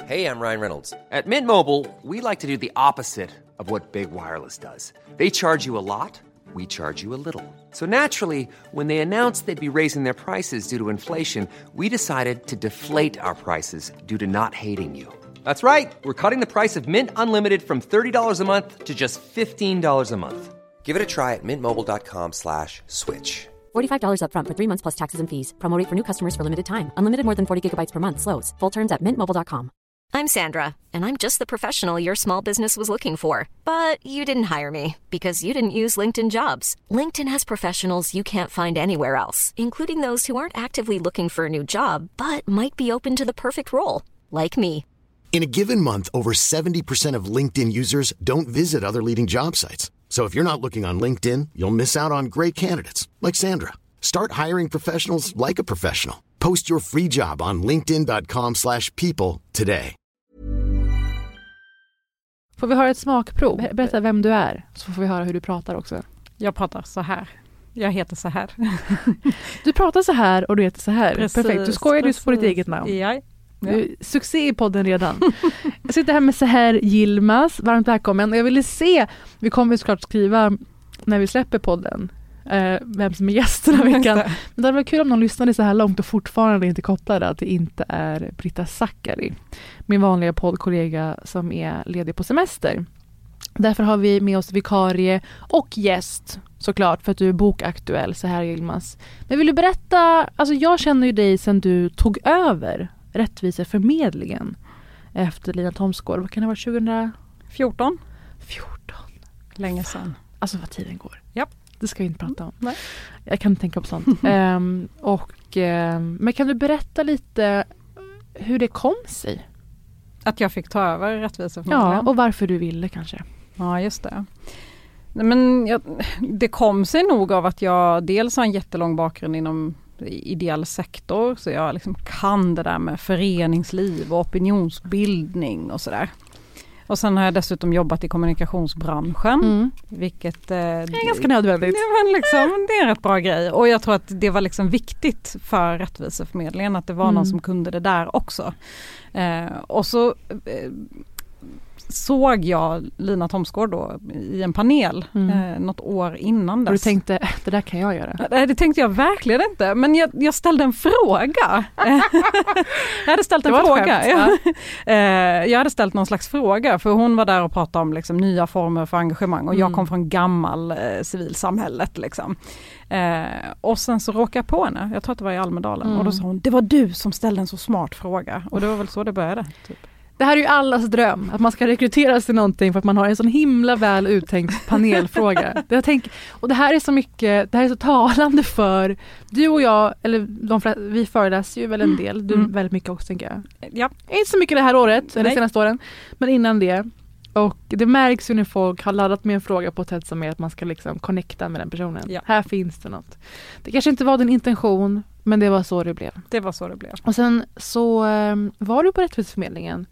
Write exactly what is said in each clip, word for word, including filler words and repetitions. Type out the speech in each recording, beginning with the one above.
Hey, I'm Ryan Reynolds. At Mint Mobile, we like to do the opposite of what Big Wireless does. They charge you a lot, we charge you a little. So naturally, when they announced they'd be raising their prices due to inflation, we decided to deflate our prices due to not hating you. That's right. We're cutting the price of Mint Unlimited from thirty dollars a month to just fifteen dollars a month. Give it a try at mintmobile.com slash switch. forty-five dollars up front for three months plus taxes and fees. Promo rate for new customers for limited time. Unlimited more than forty gigabytes per month slows. Full terms at mint mobile dot com. I'm Sandra, and I'm just the professional your small business was looking for. But you didn't hire me because you didn't use LinkedIn Jobs. LinkedIn has professionals you can't find anywhere else, including those who aren't actively looking for a new job, but might be open to the perfect role, like me. In a given month, over seventy percent of LinkedIn users don't visit other leading job sites. So if you're not looking on LinkedIn, you'll miss out on great candidates like Sandra. Start hiring professionals like a professional. Post your free job on linkedin dot com slash people today. Får vi höra ett smakprov? Berätta vem du är, så får vi höra hur du pratar också. Jag pratar så här. Jag heter så här. Du pratar så här och du heter så här. Precis, perfekt, du skojar ju på ditt eget namn. Ja. Ja. Du, succé i podden redan. Jag sitter här med Seher Yilmaz. Varmt välkommen. Och jag ville se, vi kommer såklart skriva när vi släpper podden eh, vem som är gästen den här veckan. Men det hade varit kul om någon lyssnade så här långt och fortfarande inte kopplade att det inte är Britta Zackari, min vanliga poddkollega som är ledig på semester. Därför har vi med oss vikarie och gäst såklart för att du är bokaktuell, Seher Yilmaz. Men vill du berätta, alltså jag känner ju dig sedan du tog över Rättviseförmedlingen efter Lina Thomsgård. Vad kan det vara, tjugo fjorton? fjorton. Länge sedan. Alltså vad tiden går. Ja. Det ska vi inte prata om. Nej. Jag kan inte tänka på sånt. um, och, um, men kan du berätta lite hur det kom sig? Att jag fick ta över Rättviseförmedlingen? Ja, och varför du ville kanske. Ja, just det. Nej, men jag, det kom sig nog av att jag dels har en jättelång bakgrund inom ideell sektor, så jag liksom kan det där med föreningsliv och opinionsbildning och sådär. Och sen har jag dessutom jobbat i kommunikationsbranschen, mm. vilket eh, det är ganska nödvändigt. Det, men liksom, det är en rätt bra grej. Och jag tror att det var liksom viktigt för Rättviseförmedlingen att det var mm. någon som kunde det där också. Eh, och så eh, såg jag Lina Thomsgård då i en panel mm. eh, något år innan dess. Och du tänkte, det där kan jag göra? Nej, det tänkte jag verkligen inte. Men jag, jag ställde en fråga. jag hade ställt en fråga. Ja. eh, jag hade ställt någon slags fråga. För hon var där och pratade om liksom, nya former för engagemang. Och jag kom från gammal eh, civilsamhället. Liksom. Eh, och sen så råkade jag på henne. Jag tror att det var i Almedalen. Mm. Och då sa hon, det var du som ställde en så smart fråga. Och det var väl så det började, typ. Det här är ju allas dröm, att man ska rekryteras till någonting för att man har en sån himla väl uttänkt panelfråga. Det jag tänker, och det här är så mycket, det här är så talande för du och jag, eller de flesta, vi föreläser ju väl en del, du mm. väldigt mycket också tänker jag. Ja. Inte så mycket det här året, eller Nej. senaste åren, men innan det. Och det märks ju när folk har laddat med en fråga på ett sätt som är att man ska liksom connecta med den personen. Ja. Här finns det något. Det kanske inte var din intention, men det var så det blev. Det var så det blev. Och sen så um, var du på Rättviseförmedlingen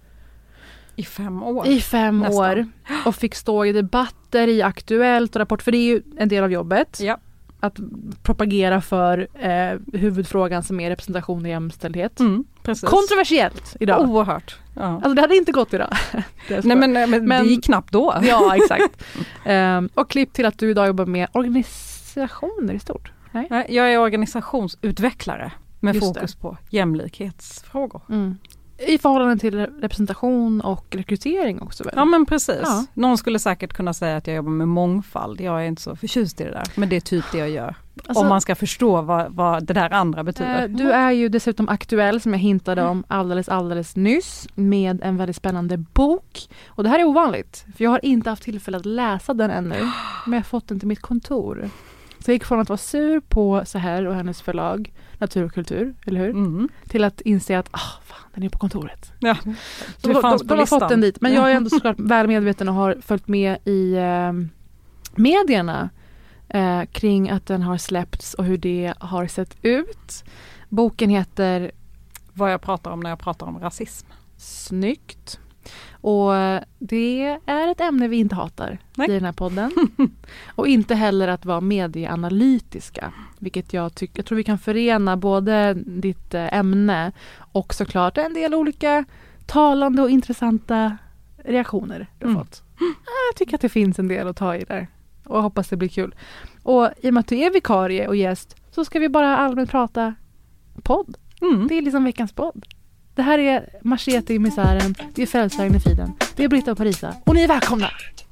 I fem år. I fem Nästan. år. Och fick stå i debatter, i Aktuellt och Rapport. För det är ju en del av jobbet. Ja. Att propagera för eh, huvudfrågan som är representation och jämställdhet. Mm, precis. Kontroversiellt idag. Oerhört. Ja. Alltså det hade inte gått idag. Nej men, men, men det gick knappt då. Ja, exakt. um, och klipp till att du idag jobbar med organisationer i stort. Nej? Nej, jag är organisationsutvecklare med Just fokus det. på jämlikhetsfrågor. Mm. I förhållande till representation och rekrytering också väl? Ja men precis. Ja. Någon skulle säkert kunna säga att jag jobbar med mångfald. Jag är inte så förtjust i det där. Men det är typ det jag gör. Alltså, om man ska förstå vad, vad det där andra betyder. Du är ju dessutom aktuell, som jag hintade om alldeles, alldeles nyss, med en väldigt spännande bok. Och det här är ovanligt, för jag har inte haft tillfälle att läsa den ännu. Men jag har fått den till mitt kontor. Så jag gick från att vara sur på Seher och hennes förlag, Natur och kultur, eller hur? Mm. Till att inse att, ah, fan, den är på kontoret. Ja, så de, de, de har fått den dit. Men jag är ändå såklart väl medveten och har följt med i eh, medierna eh, kring att den har släppts och hur det har sett ut. Boken heter Vad jag pratar om när jag pratar om rasism. Snyggt. Och det är ett ämne vi inte hatar Nej. i den här podden. Och inte heller att vara medieanalytiska. Vilket jag tycker, jag tror vi kan förena både ditt ämne och såklart en del olika talande och intressanta reaktioner du har Mm. fått. Jag tycker att det finns en del att ta i där. Och jag hoppas det blir kul. Och i och med att du är vikarie och gäst så ska vi bara allmänt prata podd. Mm. Det är liksom veckans podd. Det här är Machete i misären. Det är Frälsaren i friden. Det är Britta och Parisa. Och ni är välkomna!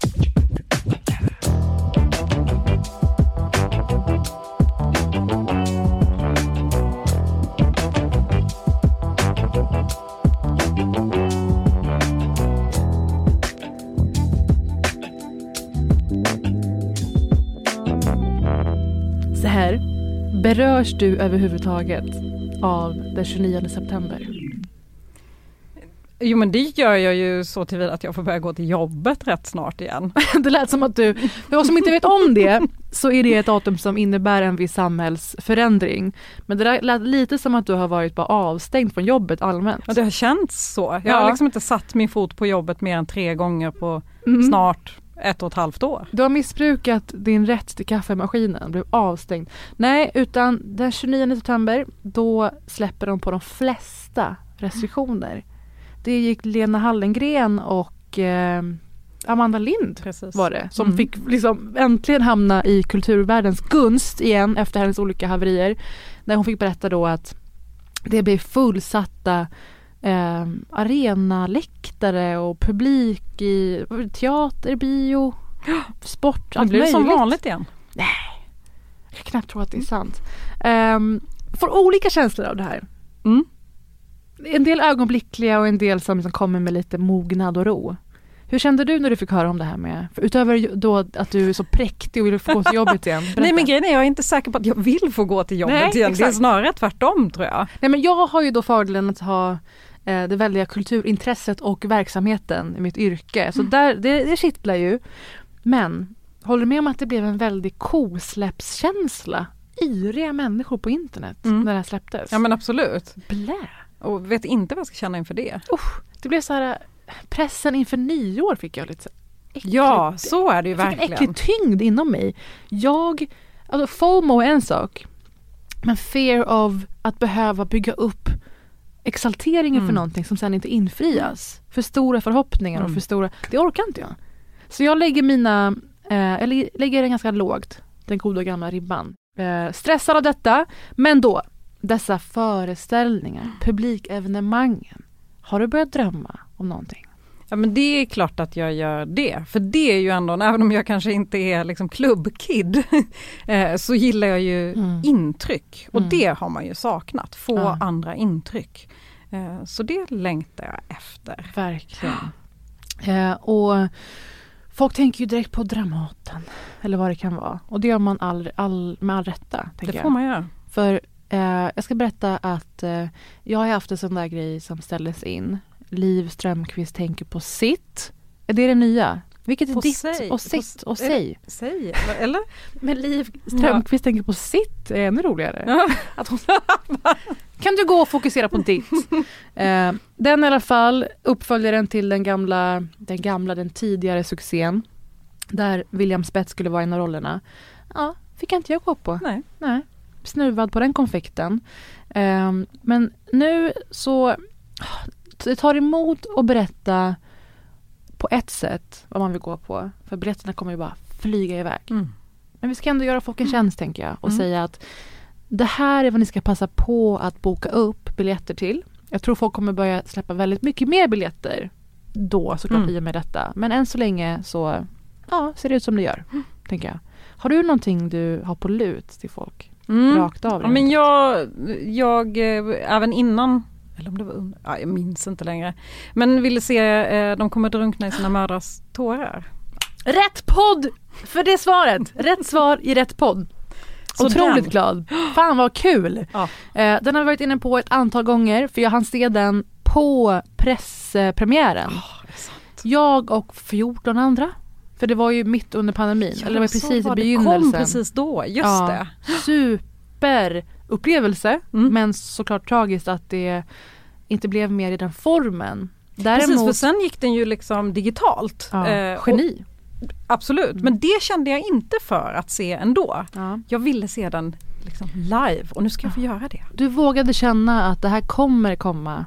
Så här, berörs du överhuvudtaget av den tjugonionde september? Jo, men det gör jag ju så tillvida att jag får börja gå till jobbet rätt snart igen. Det lät som att du, för oss som inte vet om det, så är det ett datum som innebär en viss samhällsförändring. Men det där lät lite som att du har varit bara avstängd från jobbet allmänt. Ja, det har känts så. Jag Ja. har liksom inte satt min fot på jobbet mer än tre gånger på Mm. snart ett och ett halvt år. Du har missbrukat din rätt till kaffemaskinen, blev avstängd. Nej, utan den tjugonionde september, då släpper de på de flesta restriktioner. Det gick Lena Hallengren och eh, Amanda Lind Precis. var det, som Mm. fick liksom äntligen hamna i kulturvärldens gunst igen efter hennes olika haverier. När hon fick berätta då att det blev fullsatta eh, arenaläktare och publik i teater, bio, sport, Det allt blir möjligt. som vanligt igen. Jag kan knappt tro att det är sant. Um, får olika känslor av det här. Mm. En del ögonblickliga och en del som liksom kommer med lite mognad och ro. Hur kände du när du fick höra om det här med, för utöver då att du är så präktig och vill få gå till jobbet igen? Berätta. Nej, men grejen är jag är inte säker på att jag vill få gå till jobbet Nej, igen. Det är exakt. snarare tvärtom, tror jag. Nej, men jag har ju då fördelen att ha eh, det väldiga kulturintresset och verksamheten i mitt yrke. Så där, det, det kittlar ju. Men håller du med om att det blev en väldig kosläppskänsla? Yriga människor på internet Mm. när det här släpptes. Ja, men absolut. Blä. Och vet inte vad jag ska känna inför det. Usch, det blev så här, pressen inför nyår fick jag lite så äckligt. Ja, så är det ju Jag fick en verkligen. äcklig tyngd inom mig. Jag, alltså FOMO är en sak. Men fear of att behöva bygga upp exalteringen Mm. för någonting som sen inte infrias. För stora förhoppningar och Mm. för stora, det orkar inte jag. Så jag lägger mina, eh, jag lä- lägger den ganska lågt, den goda gamla ribban. Eh, stressad av detta, men då, dessa föreställningar, publikevenemangen. Har du börjat drömma om någonting? Ja, men det är klart att jag gör det. För det är ju ändå, även om jag kanske inte är liksom klubbkid, eh, så gillar jag ju Mm. intryck. Och Mm. det har man ju saknat. Få Ja. andra intryck. Eh, så det längtar jag efter. Verkligen. Eh, och folk tänker ju direkt på Dramaten. Eller vad det kan vara. Och det gör man all, all, med all rätta. Det tänker får jag. man göra. För eh, jag ska berätta att eh, jag har haft en sån där grej som ställdes in. Liv Strömquist tänker på sitt. Är det det nya? Vilket är På ditt sig. och sitt På- och är det- säg? Säg, eller? Men Liv Strömquist tänker på sitt är ännu roligare. Ja. Att hon, kan du gå och fokusera på ditt? Eh, den i alla fall uppföljaren till den gamla, den gamla, den tidigare succén. Där William Spets skulle vara en av rollerna. Ja, fick inte jag gå på. Nej. Nej, snuvad på den konfekten. Eh, men nu så det tar emot att berätta på ett sätt vad man vill gå på. För biljetterna kommer ju bara flyga iväg. Mm. Men vi ska ändå göra folk en tjänst, tänker jag. Och Mm. säga att det här är vad ni ska passa på att boka upp biljetter till. Jag tror folk kommer börja släppa väldigt mycket mer biljetter då, såklart, Mm. i och med detta. Men än så länge så ja, ser det ut som det gör, tänker jag. Har du någonting du har på lut till folk? Mm. Rakt av? Ja, men jag, jag eh, även innan, eller om det var under, ja, jag minns inte längre, men ville se eh, De kommer drunkna i sina mödrars tårar. Rätt podd för det svaret! Rätt svar i rätt podd. Så Otroligt den. glad. Fan vad kul! Ja. Eh, den har vi varit inne på ett antal gånger, för jag hann se den på presspremiären. Oh, det är sant. Jag och fjorton andra. För det var ju mitt under pandemin. Ja, eller det var så precis var i det. begynnelsen. Kom precis då, just Ja. det. Superupplevelse. Mm. Men såklart tragiskt att det inte blev mer i den formen. Precis, Däremot, för sen gick den ju liksom digitalt. ja, Eh, och- geni. Absolut, men det kände jag inte för att se ändå. Ja. Jag ville se den liksom live och nu ska jag få göra det. Du vågade känna att det här kommer komma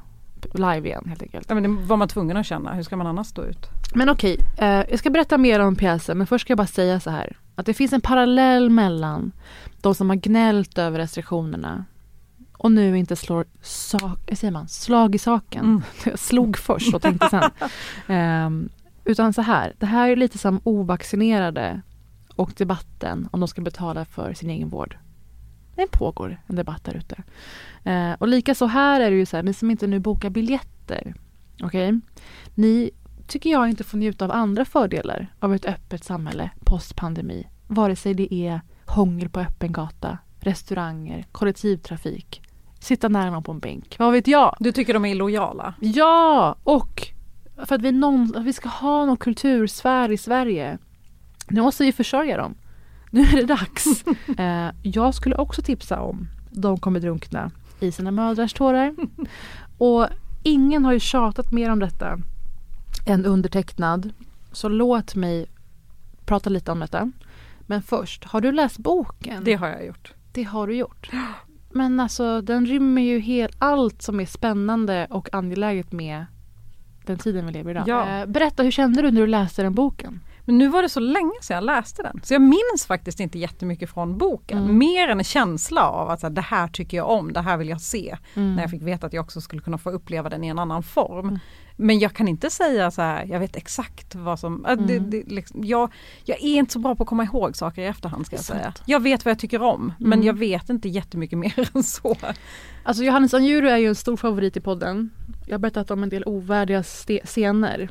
upp live igen helt enkelt. Ja, men det var man tvungen att känna. Hur ska man annars stå ut? Men okej, eh, jag ska berätta mer om pjäsen, men först ska jag bara säga så här. Att det finns en parallell mellan de som har gnällt över restriktionerna och nu inte slår sak, säger man, slag i saken. Mm. Jag slog först och tänkte sen. um, utan så här, det här är lite som ovaccinerade och debatten om de ska betala för sin egen vård. Det pågår en debatt där ute. Uh, och lika så här är det ju så här, ni som inte nu bokar biljetter. Okej? Okay? Ni tycker jag inte får njuta av andra fördelar av ett öppet samhälle postpandemi. Vare sig det är hångel på öppen gata, restauranger, kollektivtrafik, sitta nära någon på en bänk. Vad vet jag? Du tycker de är illojala? Ja, och för att vi, någon, att vi ska ha någon kultursfär i Sverige. Nu måste vi försörja dem. Nu är det dags. eh, jag skulle också tipsa om De kommer drunkna i sina mödrars tårar. Och ingen har ju tjatat mer om detta än undertecknad. Så låt mig prata lite om detta. Men först, har du läst boken? Det har jag gjort. Det har du gjort. Men alltså, den rymmer ju helt allt som är spännande och angeläget med den tiden vi lever idag. Ja. Eh, berätta, hur kände du när du läste den boken? Men nu var det så länge sedan jag läste den. Så jag minns faktiskt inte jättemycket från boken. Mm. Mer än en känsla av att så här, det här tycker jag om, det här vill jag se. Mm. När jag fick veta att jag också skulle kunna få uppleva den i en annan form. Mm. Men jag kan inte säga så här, jag vet exakt vad som... Mm. Det, det, liksom, jag, jag är inte så bra på att komma ihåg saker i efterhand, ska jag säga. Jag vet vad jag tycker om, mm. men jag vet inte jättemycket mer än så. Alltså Johannes Anjuru är ju en stor favorit i podden. Jag har berättat om en del ovärdiga ste- scener.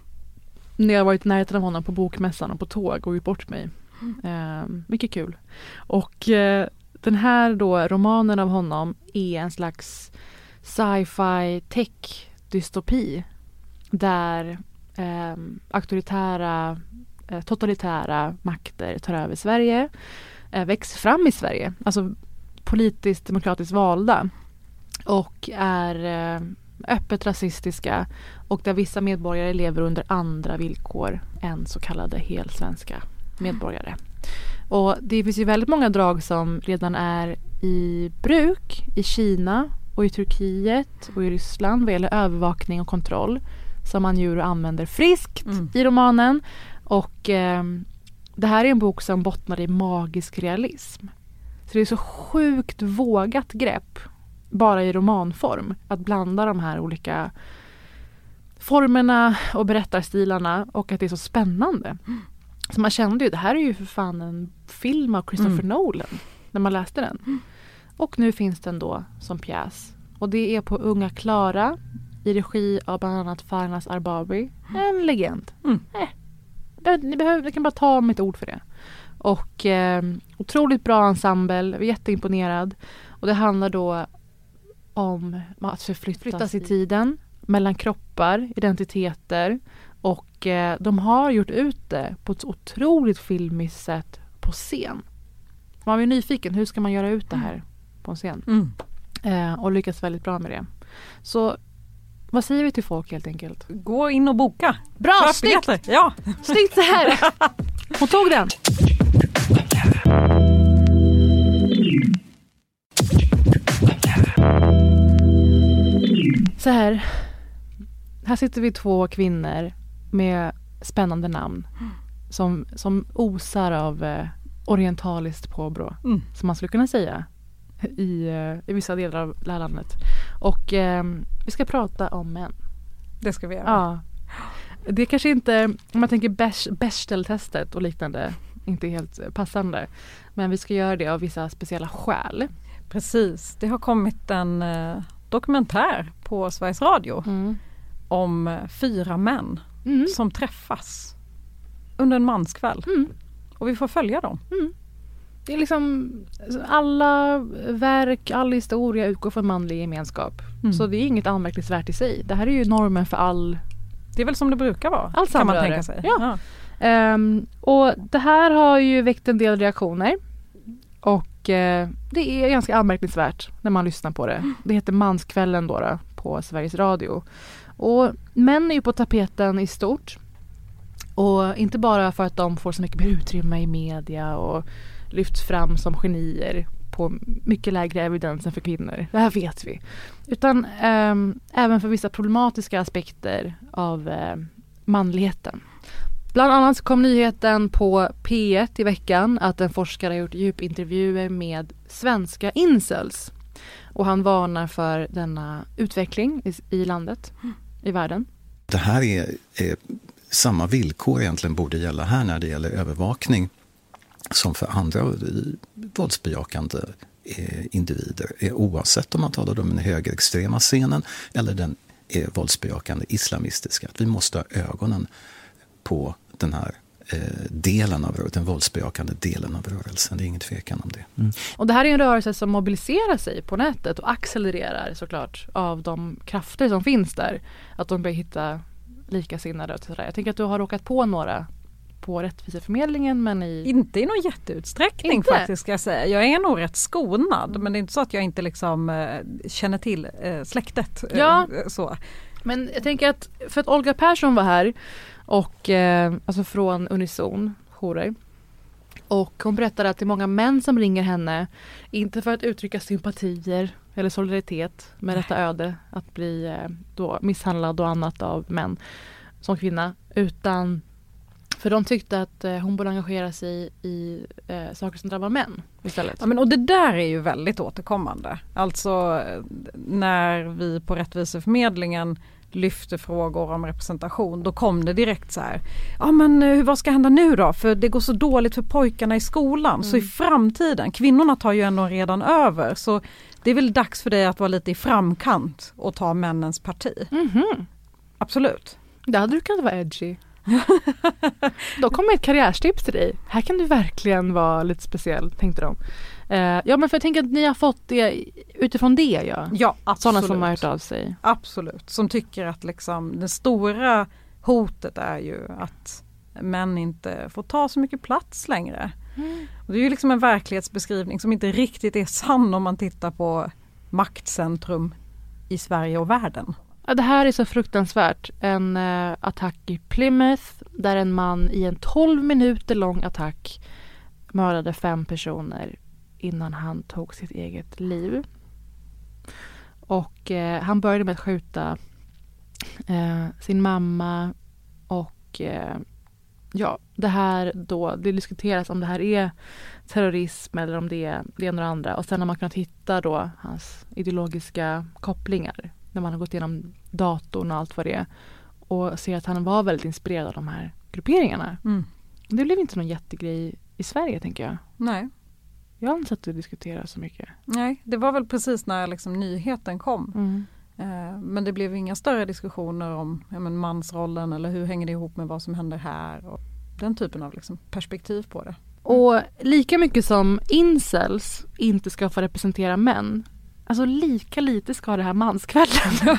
När jag varit i närheten av honom på bokmässan och på tåg och gjort bort mig. Mm. Eh, mycket kul. Och eh, den här då, romanen av honom är en slags sci-fi tech dystopi där eh, auktoritära, eh, totalitära makter tar över Sverige, eh, växer fram i Sverige, alltså politiskt demokratiskt valda och är eh, öppet rasistiska och där vissa medborgare lever under andra villkor än så kallade helsvenska medborgare. Och det finns ju väldigt många drag som redan är i bruk i Kina och i Turkiet och i Ryssland vad gäller övervakning och kontroll som Anjuru använder friskt mm. i romanen. Och eh, det här är en bok som bottnar i magisk realism. Så det är så sjukt vågat grepp bara i romanform att blanda de här olika formerna och berättarstilarna och att det är så spännande. Så man kände ju, det här är ju för fan en film av Christopher mm. Nolan när man läste den. Mm. Och nu finns den då som pjäs. Och det är på Unga Klara i regi av bland annat Farnas Arbabi. En legend. Mm. Eh, det, ni, behöver, ni kan bara ta mitt ord för det. Och eh, otroligt bra ensemble. Jag är jätteimponerad. Och det handlar då om att förflyttas i tiden mellan kroppar, identiteter och eh, de har gjort ut det på ett otroligt filmiskt sätt på scen. Man är nyfiken, hur ska man göra ut det här på en scen? Mm. Eh, och lyckas väldigt bra med det. Så vad säger vi till folk helt enkelt? Gå in och boka. Bra, Köp snyggt! Biljetter. Ja. Snyggt så här! Hon tog den! Så här, här sitter vi två kvinnor med spännande namn som, som osar av eh, orientaliskt påbrå, mm. som man skulle kunna säga i, eh, i vissa delar av det här landet. Och eh, vi ska prata om män. Det ska vi göra. Ja. Det är kanske inte, om man tänker Bechdel-testet och liknande, inte helt passande. Men vi ska göra det av vissa speciella skäl. Precis, det har kommit en eh, dokumentär på Sveriges Radio mm. om fyra män mm. som träffas under en manskväll. Mm. Och vi får följa dem. Mm. Det är liksom alla verk, all historia utgår från manlig gemenskap. Mm. Så det är inget anmärkningsvärt i sig. Det här är ju normen för all... Det är väl som det brukar vara, allt kan man tänka sig. Ja. Ja. Um, och det här har ju väckt en del reaktioner. Och uh, det är ganska anmärkningsvärt när man lyssnar på det. Det heter Manskvällen då, då på Sveriges Radio. Och män är ju på tapeten i stort. Och inte bara för att de får så mycket mer utrymme i media och lyfts fram som genier. på mycket lägre evidens än för kvinnor. Det här vet vi. Utan eh, även för vissa problematiska aspekter av eh, manligheten. Bland annat kom nyheten på P ett i veckan att en forskare har gjort djupintervjuer med svenska incels. Och han varnar för denna utveckling i, i landet, mm. i världen. Det här är, är samma villkor egentligen borde gälla här när det gäller övervakning som för andra våldsbejakande eh, individer. Eh, oavsett om man talar om den högerextrema scenen eller den eh, våldsbejakande islamistiska. Att vi måste ha ögonen på den här eh, delen av den våldsbejakande delen av rörelsen. Det är ingen tvekan om det. Mm. Och det här är en rörelse som mobiliserar sig på nätet och accelererar såklart av de krafter som finns där. Att de börjar hitta likasinnade och sådär. Jag tänker att du har råkat på några på Rättviseförmedlingen, men i... Inte i någon jätteutsträckning inte. Faktiskt ska jag säga. Jag är nog rätt skonad, mm. men det är inte så att jag inte liksom äh, känner till äh, släktet. Ja, äh, så. Men jag tänker att för att Olga Persson var här och eh, alltså från Unison jourer, och hon berättade att det är många män som ringer henne, inte för att uttrycka sympatier eller solidaritet med detta öde att bli eh, då misshandlad och annat av män som kvinna, utan för de tyckte att eh, hon borde engagera sig i eh, saker som drabbar män istället. Ja, men, och det där är ju väldigt återkommande. Alltså när vi på Rättviseförmedlingen lyfte frågor om representation, då kom det direkt så här: ja men vad ska hända nu då? För det går så dåligt för pojkarna i skolan. Mm. Så i framtiden, kvinnorna tar ju ändå redan över. Så det är väl dags för dig att vara lite i framkant och ta männens parti. Mm-hmm. Absolut. Det hade du kunnat vara edgy. Då kommer ett karriärstips till dig. Här kan du verkligen vara lite speciell, tänkte de. Uh, ja, men för jag tänker att ni har fått det utifrån det, ja. Ja, absolut. Sådana som har hört av sig. Absolut. Som tycker att liksom det stora hotet är ju att män inte får ta så mycket plats längre. Mm. Och det är ju liksom en verklighetsbeskrivning som inte riktigt är sann om man tittar på maktcentrum i Sverige och världen. Ja, det här är så fruktansvärt. En uh, attack i Plymouth där en man i en tolv minuter lång attack mördade fem personer innan han tog sitt eget liv. Och eh, han började med att skjuta eh, sin mamma och eh, ja, det här då, det diskuteras om det här är terrorism eller om det är det ena och andra. Och sen har man kunnat hitta då hans ideologiska kopplingar när man har gått igenom datorn och allt vad det är och ser att han var väldigt inspirerad av de här grupperingarna. Mm. Det blev inte någon jättegrej i Sverige, tänker jag. Nej. Jag har inte sett att diskutera så mycket. Nej, det var väl precis när liksom nyheten kom. Mm. Eh, men det blev inga större diskussioner om ja, men mansrollen eller hur hänger det ihop med vad som händer här. Och den typen av liksom, perspektiv på det. Mm. Och lika mycket som incels inte ska få representera män, alltså lika lite ska det här manskvällen.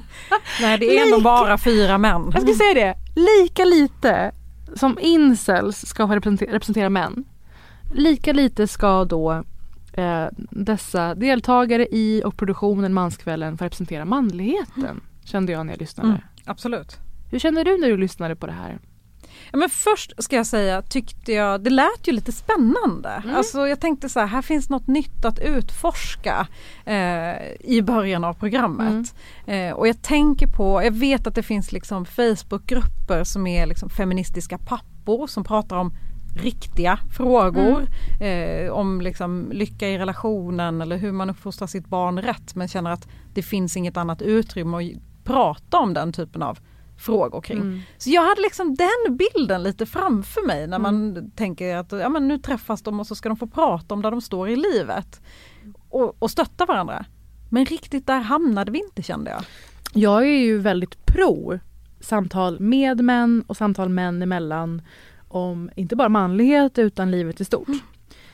Nej, det är lika... nog bara fyra män. Jag ska säga det. Lika lite som incels ska få representera, representera män, lika lite ska då eh, dessa deltagare i och produktionen Manskvällen få representera manligheten, mm. kände jag när jag lyssnade. Mm, absolut. Hur kände du när du lyssnade på det här? Ja, men först ska jag säga, tyckte jag, det lät ju lite spännande. Mm. Alltså jag tänkte så här, här finns något nytt att utforska eh, i början av programmet. Mm. Eh, och jag tänker på, jag vet att det finns liksom Facebookgrupper som är liksom feministiska pappor som pratar om riktiga frågor. Mm. Eh, om liksom lycka i relationen eller hur man uppfostrar sitt barn rätt, men känner att det finns inget annat utrymme att prata om den typen av frågor kring. Mm. Så jag hade liksom den bilden lite framför mig när man mm. tänker att ja, men nu träffas de och så ska de få prata om där de står i livet och, och stötta varandra. Men riktigt där hamnade vi inte, kände jag. Jag är ju väldigt pro samtal med män och samtal män emellan om inte bara manlighet utan livet i stort. Mm.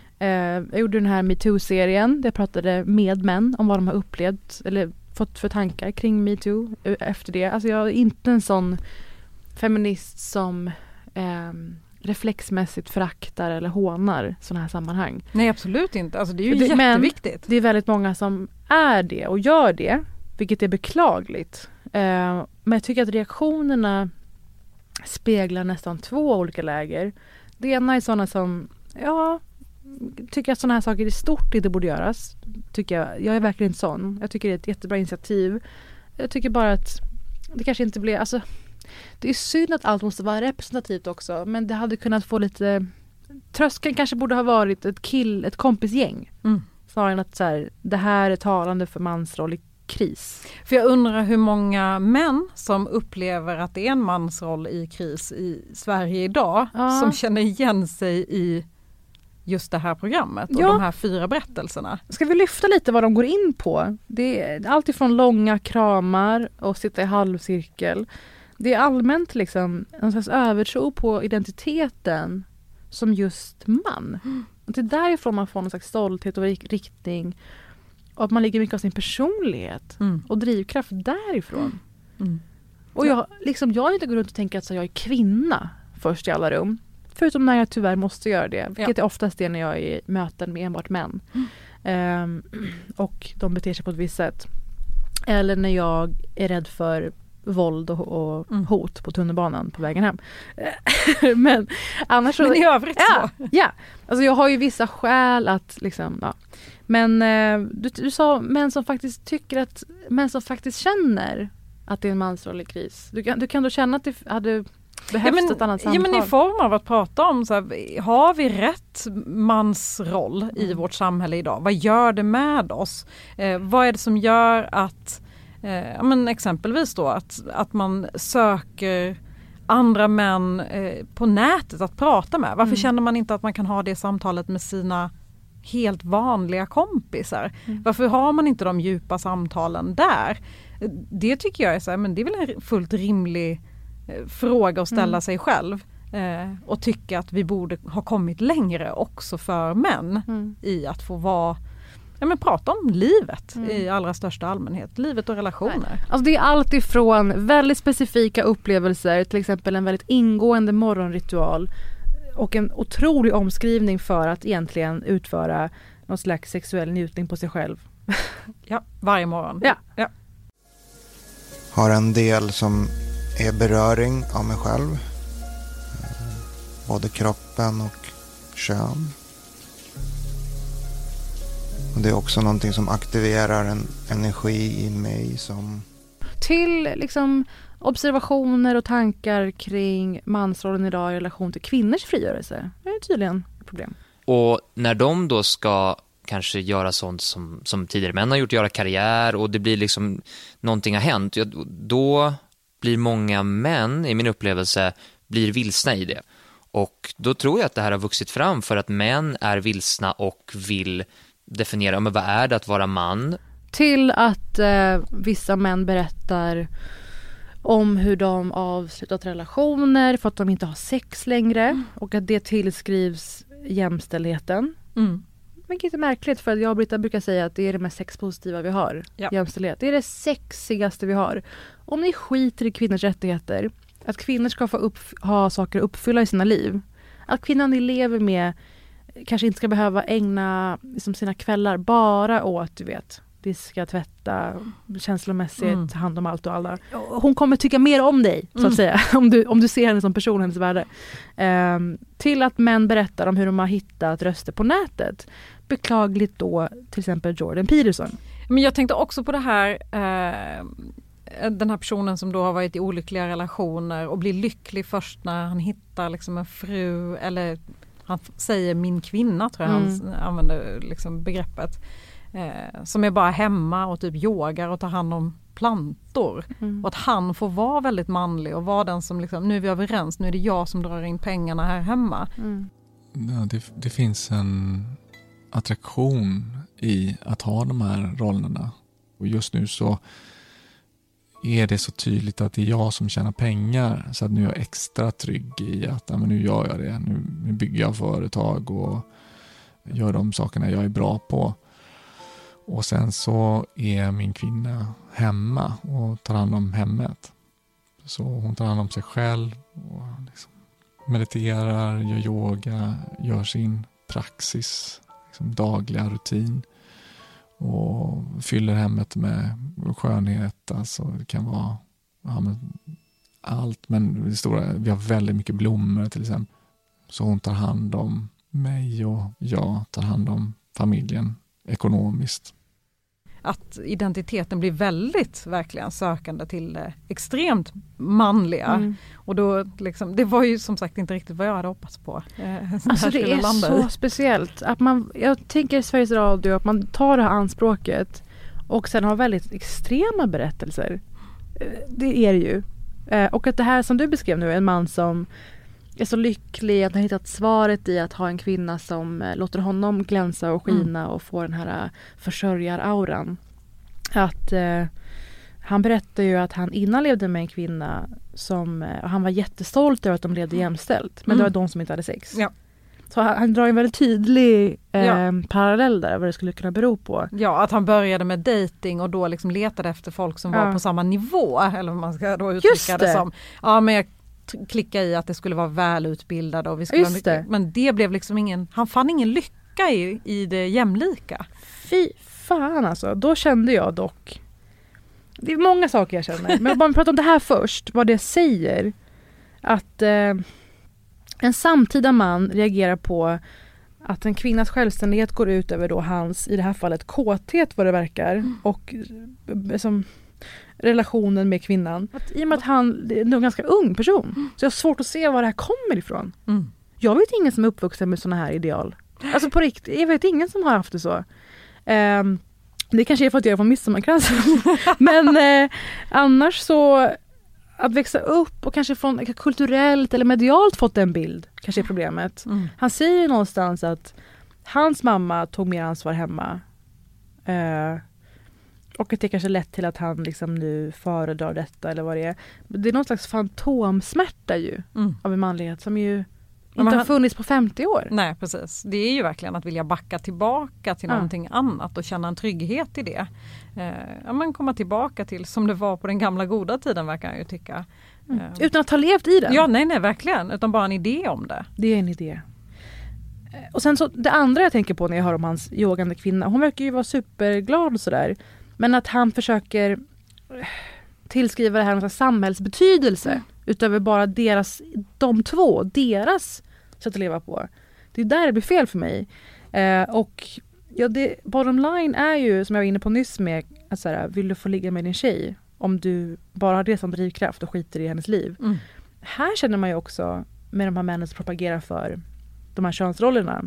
Eh, jag gjorde den här MeToo-serien där jag pratade med män om vad de har upplevt eller fått för tankar kring MeToo efter det. Alltså jag är inte en sån feminist som eh, reflexmässigt föraktar eller hånar sådana här sammanhang. Nej, absolut inte. Alltså det är ju det, jätteviktigt. Men det är väldigt många som är det och gör det, vilket är beklagligt. Eh, men jag tycker att reaktionerna speglar nästan två olika läger. Det ena är sådana som, ja, tycker att sådana här saker i stort inte borde göras. Tycker jag. Jag är verkligen inte sån. Jag tycker det är ett jättebra initiativ. Jag tycker bara att det kanske inte blir... Alltså, det är synd att allt måste vara representativt också. Men det hade kunnat få lite... Tröskeln kanske borde ha varit ett kill, ett kompisgäng. Mm. Snarare än att så här, det här är talande för mansroll i kris. För jag undrar hur många män som upplever att det är en mansroll i kris i Sverige idag. Ja. Som känner igen sig i just det här programmet och ja. de här fyra berättelserna. Ska vi lyfta lite vad de går in på? Det är allt ifrån långa kramar och sitta i halvcirkel. Det är allmänt liksom en slags övertro på identiteten som just man. Mm. Och det är därifrån man får någon slags stolthet och riktning. Och att man lägger mycket av sin personlighet mm. och drivkraft därifrån. Mm. Och jag, liksom, jag inte går runt och tänker att så jag är kvinna först i alla rum. Förutom när jag tyvärr måste göra det. Vilket ja. är oftast det när jag är i möten med enbart män. Mm. Um, och de beter sig på ett visst sätt. Eller när jag är rädd för våld och, och mm. hot på tunnelbanan på vägen hem. Men annars så... Men i övrigt ja, så. Ja, alltså jag har ju vissa skäl att liksom, ja. Men eh, du, du sa män som faktiskt tycker att, män som faktiskt känner att det är en mansroll i kris. Du, du kan då känna att det hade behövts ja, men, ett annat samtal. Ja, men i form av att prata om så här, har vi rätt mansroll mm. i vårt samhälle idag? Vad gör det med oss? Eh, vad är det som gör att Eh, ja, men exempelvis då att, att man söker andra män eh, på nätet att prata med. Varför mm. känner man inte att man kan ha det samtalet med sina helt vanliga kompisar? Mm. Varför har man inte de djupa samtalen där? Det tycker jag är så här, men det är väl en fullt rimlig eh, fråga att ställa mm. sig själv. Eh, och tycka att vi borde ha kommit längre också för män mm. i att få vara Ja, men prata om livet mm. i allra största allmänhet. Livet och relationer. Alltså det är allt ifrån väldigt specifika upplevelser, till exempel en väldigt ingående morgonritual och en otrolig omskrivning för att egentligen utföra någon slags sexuell njutning på sig själv. Ja, varje morgon. Ja. Ja. Har en del som är beröring av mig själv. Både kroppen och kön. Och det är också någonting som aktiverar en energi i mig som... Till liksom observationer och tankar kring mansrollen idag i relation till kvinnors frigörelse. Det är tydligen ett problem. Och när de då ska kanske göra sånt som, som tidigare män har gjort, göra karriär och det blir liksom någonting har hänt, då blir många män i min upplevelse blir vilsna i det. Och då tror jag att det här har vuxit fram för att män är vilsna och vill definiera, men vad är det att vara man? Till att eh, vissa män berättar om hur de avslutat relationer för att de inte har sex längre mm. och att det tillskrivs jämställdheten. Mm. Men det är märkligt för att jag och Britta brukar säga att det är det mest sexpositiva vi har. Ja. Jämställdhet. Det är det sexigaste vi har. Om ni skiter i kvinnors rättigheter, att kvinnor ska få upp, ha saker att uppfylla i sina liv, att kvinnan ni lever med kanske inte ska behöva ägna liksom, sina kvällar bara åt, du vet, diska, tvätta, känslomässigt, mm. hand om allt och alla. Hon kommer tycka mer om dig, så att mm. säga, om du, om du ser henne som person, hennes värde. Um, till att män berättar om hur de har hittat röster på nätet. Beklagligt då, till exempel Jordan Peterson. Men jag tänkte också på det här, eh, den här personen som då har varit i olyckliga relationer och blir lycklig först när han hittar liksom en fru, eller han säger min kvinna, tror jag mm. han använder liksom begreppet. Eh, som är bara hemma och typ yogar och tar hand om plantor. Mm. Och att han får vara väldigt manlig och vara den som liksom, nu är vi överens, nu är det jag som drar in pengarna här hemma. Mm. Ja, det, det finns en attraktion i att ha de här rollerna. Och just nu så är det så tydligt att det är jag som tjänar pengar, så att nu är jag extra trygg i att ja, men nu gör jag det. Nu, nu bygger jag företag och gör de sakerna jag är bra på. Och sen så är min kvinna hemma och tar hand om hemmet. Så hon tar hand om sig själv och liksom mediterar, gör yoga, gör sin praxis, liksom dagliga rutin. Och fyller hemmet med skönhet. Alltså det kan vara ja, men allt. Men det stora, vi har väldigt mycket blommor till exempel. Så hon tar hand om mig och jag tar hand om familjen ekonomiskt. Att identiteten blir väldigt verkligen sökande till det extremt manliga. Mm. Och då liksom, det var ju som sagt inte riktigt vad jag hade hoppats på. Eh, alltså det är så i. speciellt. Att man, jag tänker Sveriges Radio att man tar det här anspråket och sen har väldigt extrema berättelser. Det är det ju. Eh, och att det här som du beskrev nu, en man som är så lycklig att han hittat svaret i att ha en kvinna som eh, låter honom glänsa och skina mm. och få den här uh, försörjarauran. Att eh, han berättar ju att han innan levde med en kvinna som eh, han var jättestolt över att de levde jämställt. Men mm. det var de som inte hade sex. Ja. Så han, han drar en väldigt tydlig eh, ja. parallell där vad det skulle kunna bero på. Ja, att han började med dating och då liksom letade efter folk som ja. var på samma nivå. Eller vad man ska då uttrycka det. det som. Ja, men jag klicka i att det skulle vara välutbildade och vi skulle Just det. Men det blev liksom ingen, han fann ingen lycka i, i det jämlika. Fy fan alltså, då kände jag dock, det är många saker jag känner, men bara prata om det här först, vad det säger, att eh, en samtida man reagerar på att en kvinnas självständighet går ut över då hans, i det här fallet, kåthet vad det verkar, mm. och som relationen med kvinnan. Att, i och med att han är en ganska ung person. Mm. Så jag har svårt att se var det här kommer ifrån. Mm. Jag vet ingen som är uppvuxen med såna här ideal. Alltså på riktigt, jag vet ingen som har haft det så. Um, det kanske är för att jag är från Midsommarkransen. Men eh, annars så att växa upp och kanske från kulturellt eller medialt fått en bild kanske är problemet. Mm. Han säger ju någonstans att hans mamma tog mer ansvar hemma. Uh, Och att det kanske lett till att han liksom nu föredrar detta eller vad det är. Det är någon slags fantomsmärta ju mm. av en manlighet som ju inte han, har funnits på femtio år. Nej, precis. Det är ju verkligen att vilja backa tillbaka till ja. någonting annat och känna en trygghet i det. Eh, ja, men komma tillbaka till som det var på den gamla goda tiden verkar jag ju tycka. Mm. Eh, Utan att ha levt i den? Ja, nej, nej, verkligen. Utan bara en idé om det. Det är en idé. Och sen så, det andra jag tänker på när jag hör om hans yogande kvinna, hon verkar ju vara superglad och sådär. Men att han försöker tillskriva det här en samhällsbetydelse mm. utöver bara deras, de två, deras sätt att leva på. Det är där det blir fel för mig. Eh, och ja, det, bottom line är ju, som jag var inne på nyss med, att så här, vill du få ligga med din tjej om du bara har det som drivkraft och skiter i hennes liv. Mm. Här känner man ju också med de här männen som propagerar för de här könsrollerna.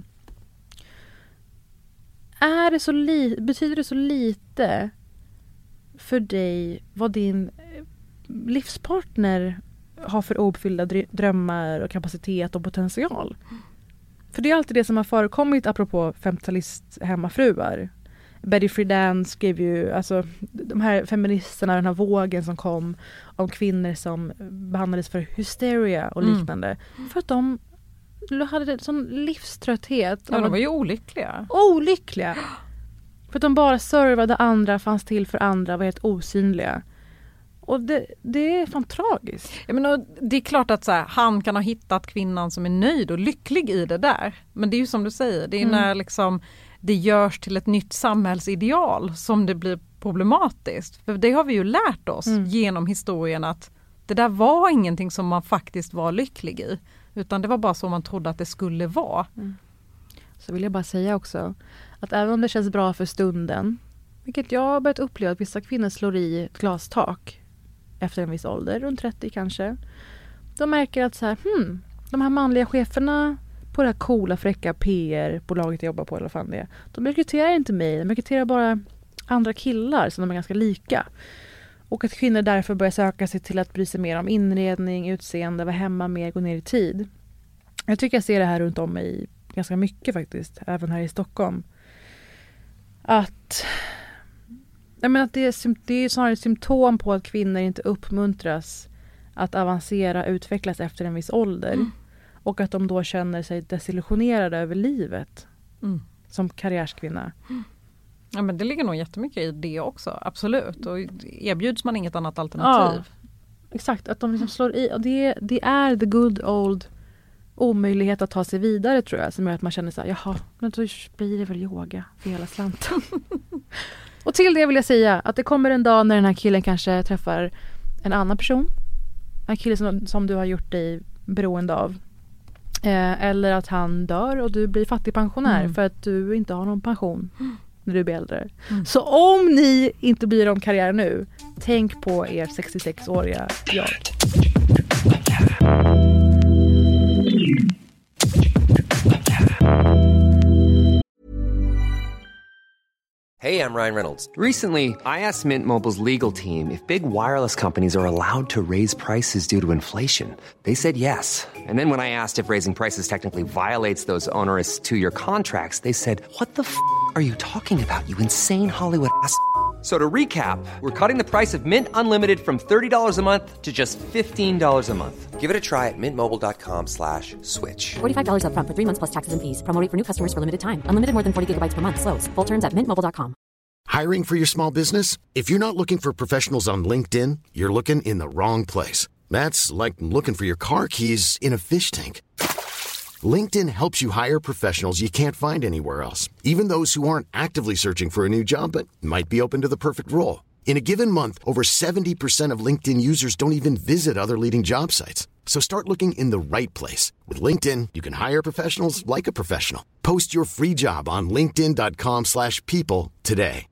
Är det så li- betyder det så lite för dig vad din livspartner har för ouppfyllda drömmar och kapacitet och potential? För det är alltid det som har förekommit apropå femtiotalist hemmafruar. Betty Friedan skrev ju, alltså de här feministerna, den här vågen som kom om kvinnor som behandlades för hysteria och liknande. Mm. För att de hade en sån livströtthet. Ja, de var ju olyckliga. Olyckliga. För att de bara servade andra, fanns till för andra, var helt osynliga. Och det, det är fan tragiskt. Jag menar, det är klart att så här, han kan ha hittat kvinnan som är nöjd och lycklig i det där. Men det är ju som du säger, det är mm. när liksom det görs till ett nytt samhällsideal som det blir problematiskt. För det har vi ju lärt oss mm. genom historien att det där var ingenting som man faktiskt var lycklig i. Utan det var bara så man trodde att det skulle vara. Mm. Så vill jag bara säga också att även om det känns bra för stunden, vilket jag har börjat uppleva att vissa kvinnor slår i ett glastak efter en viss ålder, runt trettio kanske. De märker att så här, hmm, de här manliga cheferna på det här coola, fräcka P R-bolaget jag jobbar på, eller vad fan det är, de rekryterar inte mig, de rekryterar bara andra killar som de är ganska lika. Och att kvinnor därför börjar söka sig till att bry sig mer om inredning, utseende, vara hemma mer, gå ner i tid. Jag tycker jag ser det här runt om i ganska mycket faktiskt, även här i Stockholm. Att, jag menar att det, är, det är snarare ett symptom på att kvinnor inte uppmuntras att avancera, utvecklas efter en viss ålder. Mm. Och att de då känner sig desillusionerade över livet mm. som karriärskvinna. Mm. Ja, men det ligger nog jättemycket i det också, absolut. Och erbjuds man inget annat alternativ. Ja, exakt, att de liksom slår i. Och det, det är the good old omöjlighet att ta sig vidare, tror jag, som gör att man känner så här, jaha, men då blir det väl yoga för hela slanten. Och till det vill jag säga att det kommer en dag när den här killen kanske träffar en annan person. En kille som, som du har gjort dig beroende av. Eh, eller att han dör och du blir fattigpensionär Mm. för att du inte har någon pension Mm. när du blir äldre. Mm. Så om ni inte blir om karriär nu, tänk på er sextiosex-åriga jag. Hey, I'm Ryan Reynolds. Recently, I asked Mint Mobile's legal team if big wireless companies are allowed to raise prices due to inflation. They said yes. And then when I asked if raising prices technically violates those onerous two-year contracts, they said, "What the f*** are you talking about, you insane Hollywood ass?" So to recap, we're cutting the price of Mint Unlimited from thirty dollars a month to just fifteen dollars a month. Give it a try at mintmobile.com slash switch. forty-five dollars up front for three months plus taxes and fees. Promo rate for new customers for limited time. Unlimited more than forty gigabytes per month. Slows full terms at mint mobile dot com. Hiring for your small business? If you're not looking for professionals on LinkedIn, you're looking in the wrong place. That's like looking for your car keys in a fish tank. LinkedIn helps you hire professionals you can't find anywhere else, even those who aren't actively searching for a new job but might be open to the perfect role. In a given month, over seventy percent of LinkedIn users don't even visit other leading job sites. So start looking in the right place. With LinkedIn, you can hire professionals like a professional. Post your free job on linkedin dot com slash people today.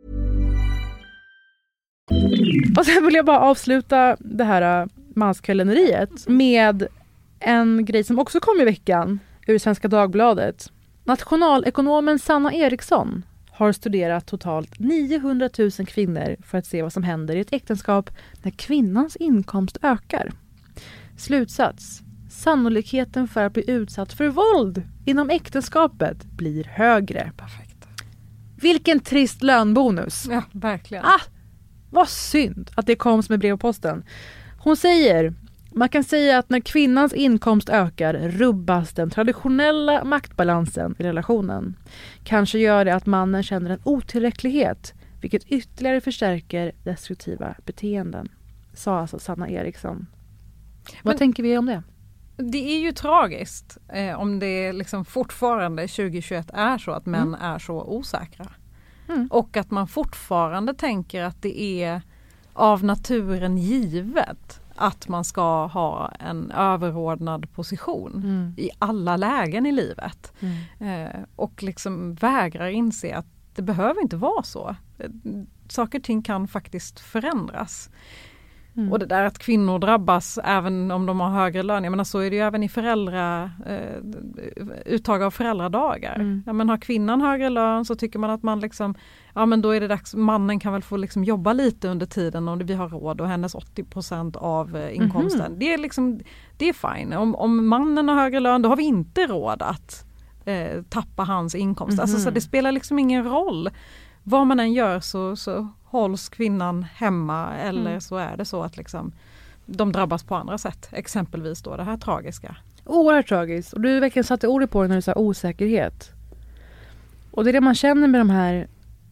Och sen vill jag bara avsluta det här manskvälleriet med en grej som också kom i veckan ur Svenska Dagbladet. Nationalekonomen Sanna Eriksson har studerat totalt niohundratusen kvinnor för att se vad som händer i ett äktenskap när kvinnans inkomst ökar. Slutsats: sannolikheten för att bli utsatt för våld inom äktenskapet blir högre. Perfekt. Vilken trist lönbonus. Ja, verkligen. Ah, vad synd att det kom som ett brev på posten. Hon säger: man kan säga att när kvinnans inkomst ökar rubbas den traditionella maktbalansen i relationen. Kanske gör det att mannen känner en otillräcklighet, vilket ytterligare förstärker destruktiva beteenden. Sa alltså Sanna Eriksson. Vad Men, tänker vi om det? Det är ju tragiskt eh, om det liksom fortfarande tjugohundratjugoett är så att män mm. är så osäkra. Mm. Och att man fortfarande tänker att det är av naturen givet att man ska ha en överordnad position mm. i alla lägen i livet. Mm. Eh, och liksom vägrar inse att det behöver inte vara så. Saker och ting kan faktiskt förändras. Mm. Och det där att kvinnor drabbas även om de har högre lön. Jag menar, så är det ju även i föräldra, eh, uttag av föräldradagar. Mm. Ja, men har kvinnan högre lön så tycker man att man liksom, ja men då är det dags, mannen kan väl få liksom jobba lite under tiden om vi har råd och hennes åttio procent av eh, inkomsten. Mm. Det är liksom, det är fine. Om, om mannen har högre lön då har vi inte råd att eh, tappa hans inkomst. Mm. Alltså så det spelar liksom ingen roll. Vad man än gör så, så hålls kvinnan hemma eller mm. så är det så att liksom, de drabbas på andra sätt. Exempelvis då det här tragiska. Oerhört tragiskt. Och du verkligen satte ord på det när du sa osäkerhet. Och det är det man känner med de här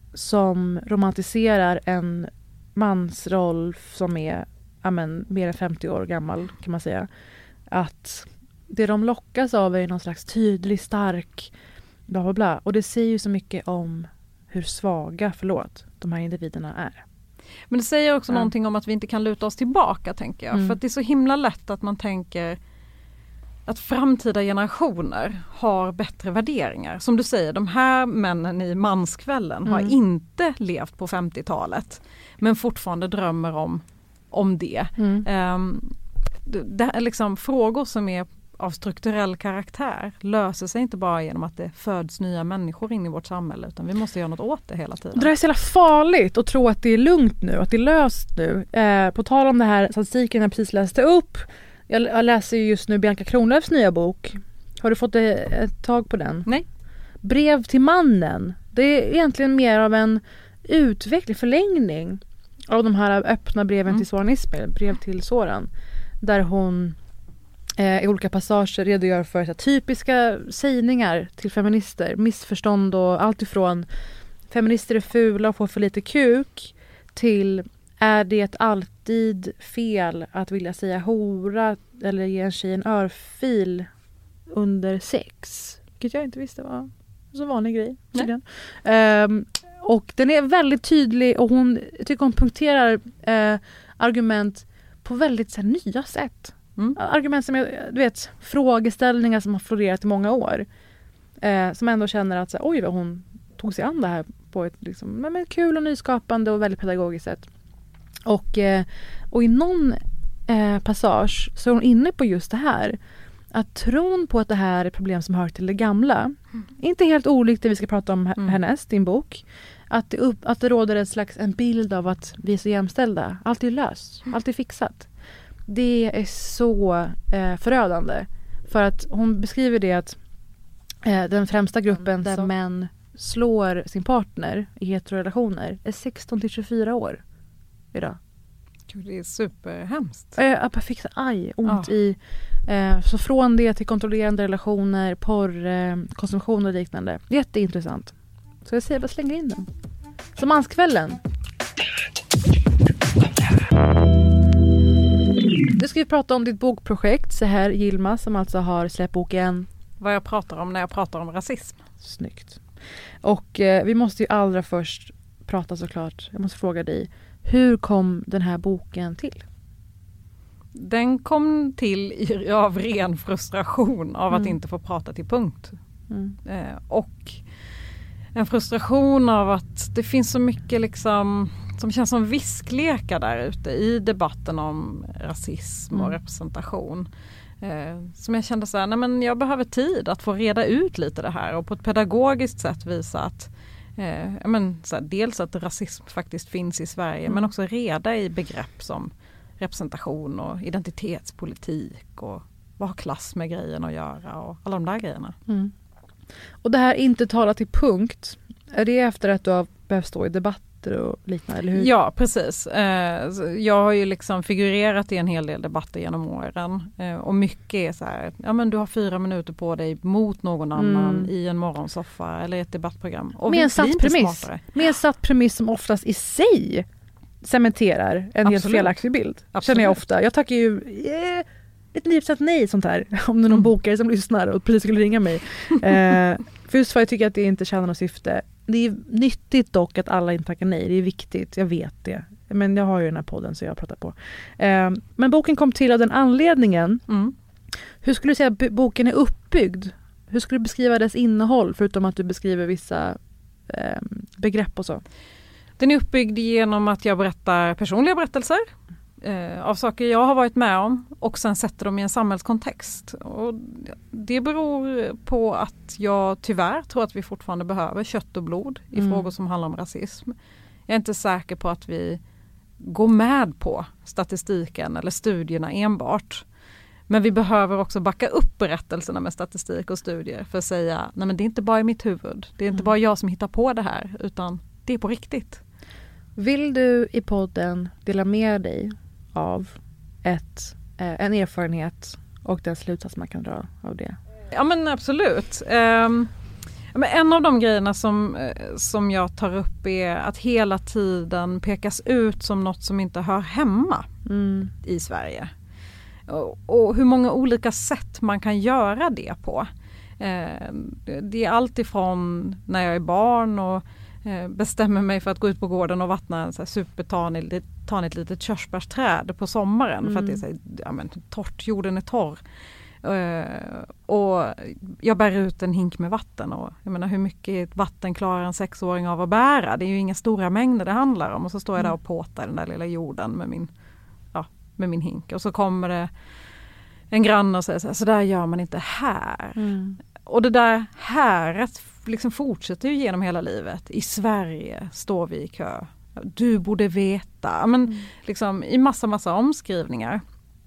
som romantiserar en mansroll som är amen, mer än femtio år gammal kan man säga. Att det de lockas av är någon slags tydlig, stark bla bla bla. Och det säger ju så mycket om hur svaga, förlåt, de här individerna är. Men det säger också ja. någonting om att vi inte kan luta oss tillbaka, tänker jag. Mm. För att det är så himla lätt att man tänker att framtida generationer har bättre värderingar. Som du säger, de här männen i manskvällen mm. har inte levt på femtiotalet. Men fortfarande drömmer om, om det. Mm. Um, det, det är liksom frågor som är av strukturell karaktär löser sig inte bara genom att det föds nya människor in i vårt samhälle, utan vi måste göra något åt det hela tiden. Det är så jävla farligt att tro att det är lugnt nu, att det är löst nu. Eh, på tal om det här statistiken jag precis läste upp, jag, jag läser just nu Bianca Kronlöfs nya bok. Har du fått ett, ett tag på den? Nej. Brev till mannen. Det är egentligen mer av en utveckling, förlängning av de här öppna breven mm. till Soran Ismail, brev till Soran, där hon i olika passager redogör för så här, typiska sägningar till feminister, missförstånd och allt ifrån feminister är fula och får för lite kuk till är det alltid fel att vilja säga hora eller ge en tjej en örfil under sex, vilket jag inte visste var en så vanlig grej. Um, och den är väldigt tydlig och hon jag tycker hon punkterar uh, argument på väldigt så här, nya sätt. Mm. Argument som jag, du vet, frågeställningar som har florerat i många år. Eh, som ändå känner att så här, oj vad hon tog sig an det här på ett liksom, men, men kul och nyskapande och väldigt pedagogiskt sätt. Och, eh, och i någon eh, passage så är hon inne på just det här. Att tron på att det här är ett problem som hör till det gamla. Mm. Inte helt olikt det vi ska prata om mm. härnäst, din bok. Att det, upp, att det råder en slags en bild av att vi är så jämställda. Allt är löst, allt är fixat. Det är så eh, förödande. För att hon beskriver det att eh, den främsta gruppen där män slår sin partner i heterorelationer är sexton till tjugofyra år idag. Gud, det är superhemskt. Eh, jag fick aj, ont ja. i. Eh, så från det till kontrollerande relationer, porr, eh, konsumtion och liknande. Jätteintressant. Så jag säger bara slänger in den. Som manskvällen. Nu ska vi prata om ditt bokprojekt Seher Yilmaz som alltså har släppt boken. Vad jag pratar om när jag pratar om rasism. Snyggt. Och eh, vi måste ju allra först prata såklart. Jag måste fråga dig. Hur kom den här boken till? Den kom till i, av ren frustration av Mm. att inte få prata till punkt. Mm. Eh, och en frustration av att det finns så mycket liksom som känns som visklekar där ute i debatten om rasism och Mm. representation. Eh, som jag kände så här, nej men jag behöver tid att få reda ut lite det här och på ett pedagogiskt sätt visa att eh, men, så här, dels att rasism faktiskt finns i Sverige Mm. men också reda i begrepp som representation och identitetspolitik och vad har klass med grejen att göra och alla de där grejerna. Mm. Och det här inte tala till punkt, är det efter att du har behövt stå i debatter och liknande, eller hur? Ja, precis. Eh, jag har ju liksom figurerat i en hel del debatter genom åren eh, och mycket är så här, ja men du har fyra minuter på dig mot någon annan Mm. i en morgonsoffa eller ett debattprogram. Och Med en vi blir satt inte premiss. smartare. Med en satt premiss som oftast i sig cementerar en helt Absolut. felaktig bild. Absolut. Känner jag ofta. Jag tackar ju eh, ett livsatt nej sånt här. Om det är någon Mm. bokare som lyssnar och precis skulle ringa mig. Eh, för just för jag tycker att det inte tjänar något syfte. Det är nyttigt dock att alla inte tackar nej. Det är viktigt, jag vet det. Men jag har ju den här podden så jag pratar på. Eh, men boken kom till av den anledningen. Mm. Hur skulle du säga att boken är uppbyggd? Hur skulle du beskriva dess innehåll förutom att du beskriver vissa eh, begrepp och så? Den är uppbyggd genom att jag berättar personliga berättelser eh, av saker jag har varit med om och sen sätter dem i en samhällskontext. Och det beror på att jag tyvärr tror att vi fortfarande behöver kött och blod i Mm. frågor som handlar om rasism. Jag är inte säker på att vi går med på statistiken eller studierna enbart. Men vi behöver också backa upp berättelserna med statistik och studier för att säga, nej men det är inte bara i mitt huvud. Det är inte Mm. bara jag som hittar på det här utan det är på riktigt. Vill du i podden dela med dig av ett, eh, en erfarenhet och den slutsats man kan dra av det? Ja men absolut. Um, men en av de grejerna som, som jag tar upp är att hela tiden pekas ut som något som inte hör hemma Mm. i Sverige. Och, och hur många olika sätt man kan göra det på. Eh, det är allt ifrån när jag är barn och eh, bestämmer mig för att gå ut på gården och vattna en så här supertanigt tanigt litet körsbärsträd på sommaren Mm. för att det är så här, ja, men, torrt, jorden är torr. Uh, och jag bär ut en hink med vatten och jag menar hur mycket vatten klarar en sexåring av att bära? Det är ju inga stora mängder det handlar om och så står jag där och påtar den där lilla jorden med min, ja, med min hink och så kommer det en granne och säger så här, så där gör man inte här. Mm. Och det där häret liksom fortsätter ju genom hela livet. I Sverige står vi i kö. Du borde veta. Men Mm. liksom i massa massa omskrivningar.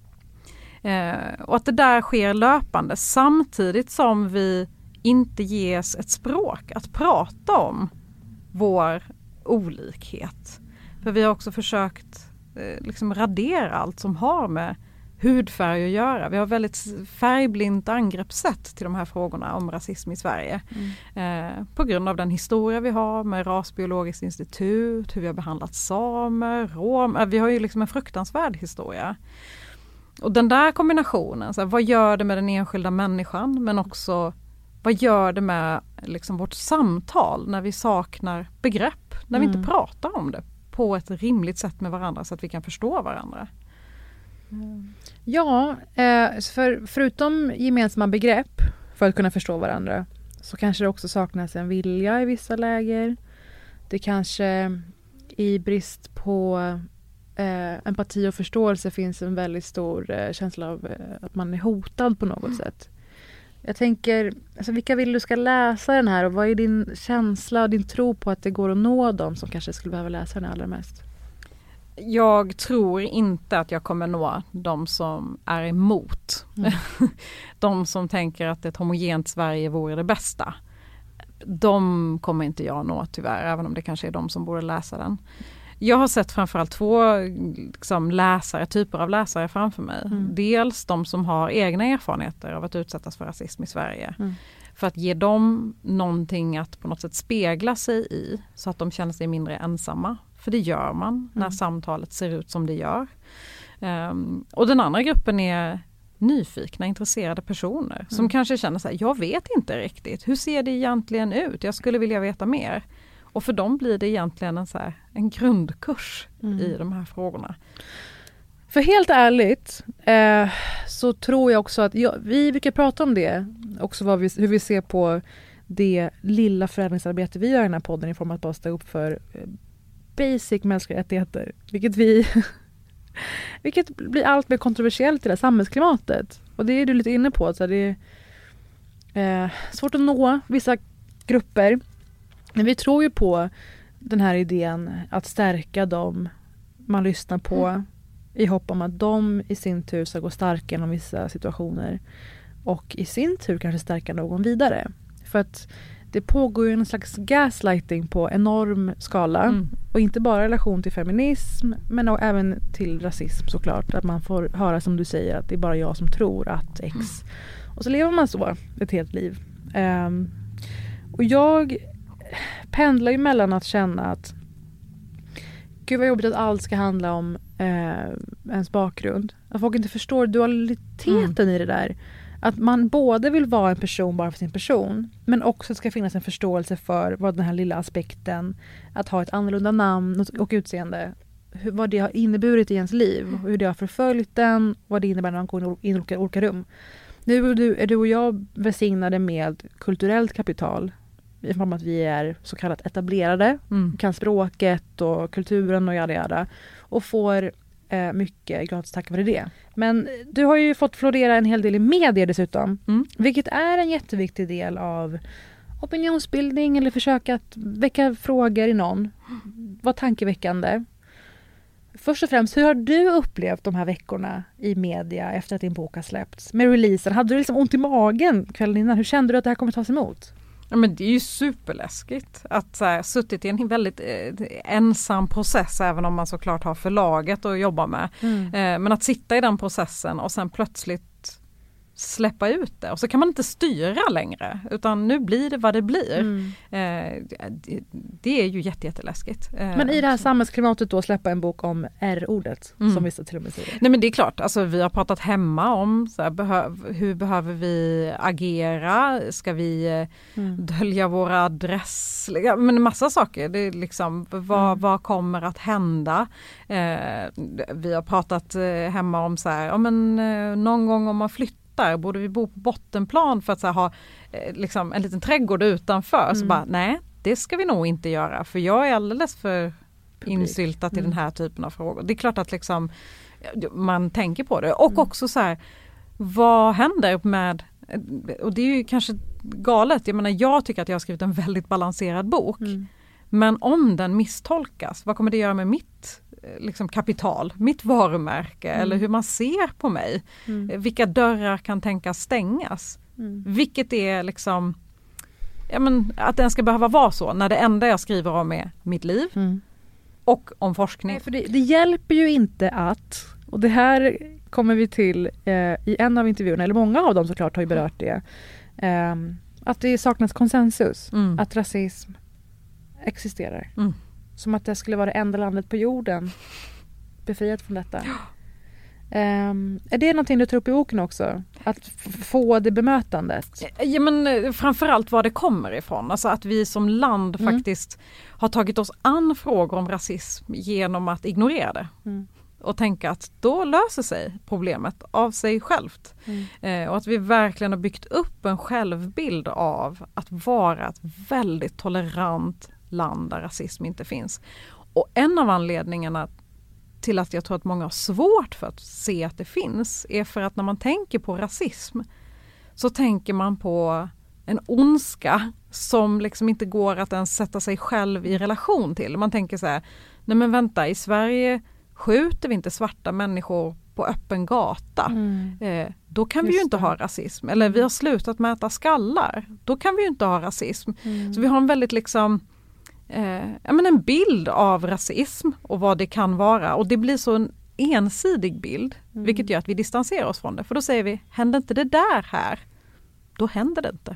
Eh, och att det där sker löpande samtidigt som vi inte ges ett språk att prata om vår olikhet. För vi har också försökt eh, liksom radera allt som har med hudfärg att göra. Vi har väldigt färgblint angreppssätt till de här frågorna om rasism i Sverige. Mm. Eh, på grund av den historia vi har med Rasbiologiskt institut, hur vi har behandlat samer, rom. Eh, vi har ju liksom en fruktansvärd historia. Och den där kombinationen, så här, vad gör det med den enskilda människan men också vad gör det med liksom, vårt samtal när vi saknar begrepp, när Mm. vi inte pratar om det på ett rimligt sätt med varandra så att vi kan förstå varandra. Mm. Ja, eh, för, förutom gemensamma begrepp för att kunna förstå varandra så kanske det också saknas en vilja i vissa läger. Det kanske i brist på eh, empati och förståelse finns en väldigt stor eh, känsla av eh, att man är hotad på något mm. sätt. Jag tänker, alltså, vilka vill du ska läsa den här och vad är din känsla och din tro på att det går att nå dem som kanske skulle behöva läsa den allra mest? Jag tror inte att jag kommer nå de som är emot. Mm. De som tänker att ett homogent Sverige vore det bästa. De kommer inte jag nå tyvärr, även om det kanske är de som borde läsa den. Jag har sett framförallt två liksom, läsare, typer av läsare framför mig. Mm. Dels de som har egna erfarenheter av att utsättas för rasism i Sverige. Mm. För att ge dem någonting att på något sätt spegla sig i så att de känner sig mindre ensamma. För det gör man mm. när samtalet ser ut som det gör. Um, och den andra gruppen är nyfikna, intresserade personer mm. som kanske känner så här, jag vet inte riktigt. Hur ser det egentligen ut? Jag skulle vilja veta mer. Och för dem blir det egentligen en, så här, en grundkurs mm. i de här frågorna. För helt ärligt eh, så tror jag också att ja, vi brukar prata om det. Också vad vi, hur vi ser på det lilla förändringsarbete vi gör i den här podden i form av att bara stå upp för eh, basic mänskliga rättigheter. Vilket vi vilket blir allt mer kontroversiellt i det här samhällsklimatet. Och det är du lite inne på. Så det är eh, svårt att nå vissa grupper. Men vi tror ju på den här idén att stärka dem man lyssnar på mm. i hopp om att de i sin tur ska gå starka genom vissa situationer och i sin tur kanske stärka någon vidare. För att det pågår ju en slags gaslighting på enorm skala mm. och inte bara i relation till feminism men även till rasism såklart. Att man får höra som du säger att det är bara jag som tror att X. Mm. Och så lever man så ett helt liv. Um, och jag pendlar ju mellan att känna att gud vad jobbigt att allt ska handla om eh, ens bakgrund. Att folk inte förstår dualiteten mm. i det där. Att man både vill vara en person bara för sin person men också ska finnas en förståelse för vad den här lilla aspekten att ha ett annorlunda namn och utseende, hur, vad det har inneburit i ens liv, hur det har förföljt den, vad det innebär när man går in i olika, olika rum. Nu är du, är du och jag välsignade med kulturellt kapital i form av att vi är så kallat etablerade, mm. kan språket och kulturen och jada jada och får eh, mycket gratis tack vare det. Men du har ju fått florera en hel del i medier dessutom, mm. vilket är en jätteviktig del av opinionsbildning eller försöka att väcka frågor i någon. Var tankeväckande. Först och främst, hur har du upplevt de här veckorna i media efter att din bok har släppts? Med releasen, hade du liksom ont i magen kvällen innan? Hur kände du att det här kommer tas emot? Ja, men det är ju superläskigt att så här, suttit i en väldigt eh, ensam process, även om man såklart har förlaget att jobba med. Mm. Eh, men att sitta i den processen och sen plötsligt släppa ut det. Och så kan man inte styra längre, utan nu blir det vad det blir. Mm. Eh, det, det är ju jätte, jätteläskigt. Eh, men i det här så. samhällsklimatet då släppa en bok om R-ordet, mm. som vissa till och med säger. Nej, men det är klart, alltså, vi har pratat hemma om så här, behöv, hur behöver vi agera? Ska vi mm. dölja våra adress? Men en massa saker. Det är liksom, vad, mm. vad kommer att hända? Eh, vi har pratat eh, hemma om så här, ja, men, eh, någon gång om man flyttar där borde vi bo på bottenplan för att så här, ha eh, liksom en liten trädgård utanför. Mm. Så bara, nej, det ska vi nog inte göra. För jag är alldeles för Publik. insyltad till mm. den här typen av frågor. Det är klart att liksom, man tänker på det. Och mm. också så här, vad händer med, och det är ju kanske galet. Jag menar, jag tycker att jag har skrivit en väldigt balanserad bok. Mm. Men om den misstolkas, vad kommer det göra med mitt liksom kapital, mitt varumärke mm. eller hur man ser på mig? Mm. Vilka dörrar kan tänkas stängas? Mm. Vilket är liksom, ja, men, att den ska behöva vara så när det enda jag skriver om är mitt liv mm. och om forskning. Nej, för det, det hjälper ju inte att, och det här kommer vi till eh, i en av intervjuerna, eller många av dem såklart har ju berört det, eh, att det saknas konsensus, mm. att rasism existerar. Mm. Som att det skulle vara det enda landet på jorden befriat från detta. Um, är det någonting du tar upp i boken också? Att f- få det bemötandet? Ja, men framförallt var det kommer ifrån. Alltså att vi som land mm. faktiskt har tagit oss an frågor om rasism genom att ignorera det. Mm. och tänka att då löser sig problemet av sig självt. Mm. Eh, och att vi verkligen har byggt upp en självbild av att vara ett väldigt tolerant land där rasism inte finns. Och en av anledningarna till att jag tror att många har svårt för att se att det finns är för att när man tänker på rasism så tänker man på en ondska som liksom inte går att ens sätta sig själv i relation till. Man tänker så här, nej men vänta, i Sverige skjuter vi inte svarta människor på öppen gata. Mm. Eh, då kan Just vi ju inte det. ha rasism. Eller vi har slutat mäta skallar. Då kan vi ju inte ha rasism. Mm. Så vi har en väldigt liksom eh, jag menar en bild av rasism och vad det kan vara. Och det blir så en ensidig bild, mm. vilket gör att vi distanserar oss från det. För då säger vi, händer inte det där här? Då händer det inte.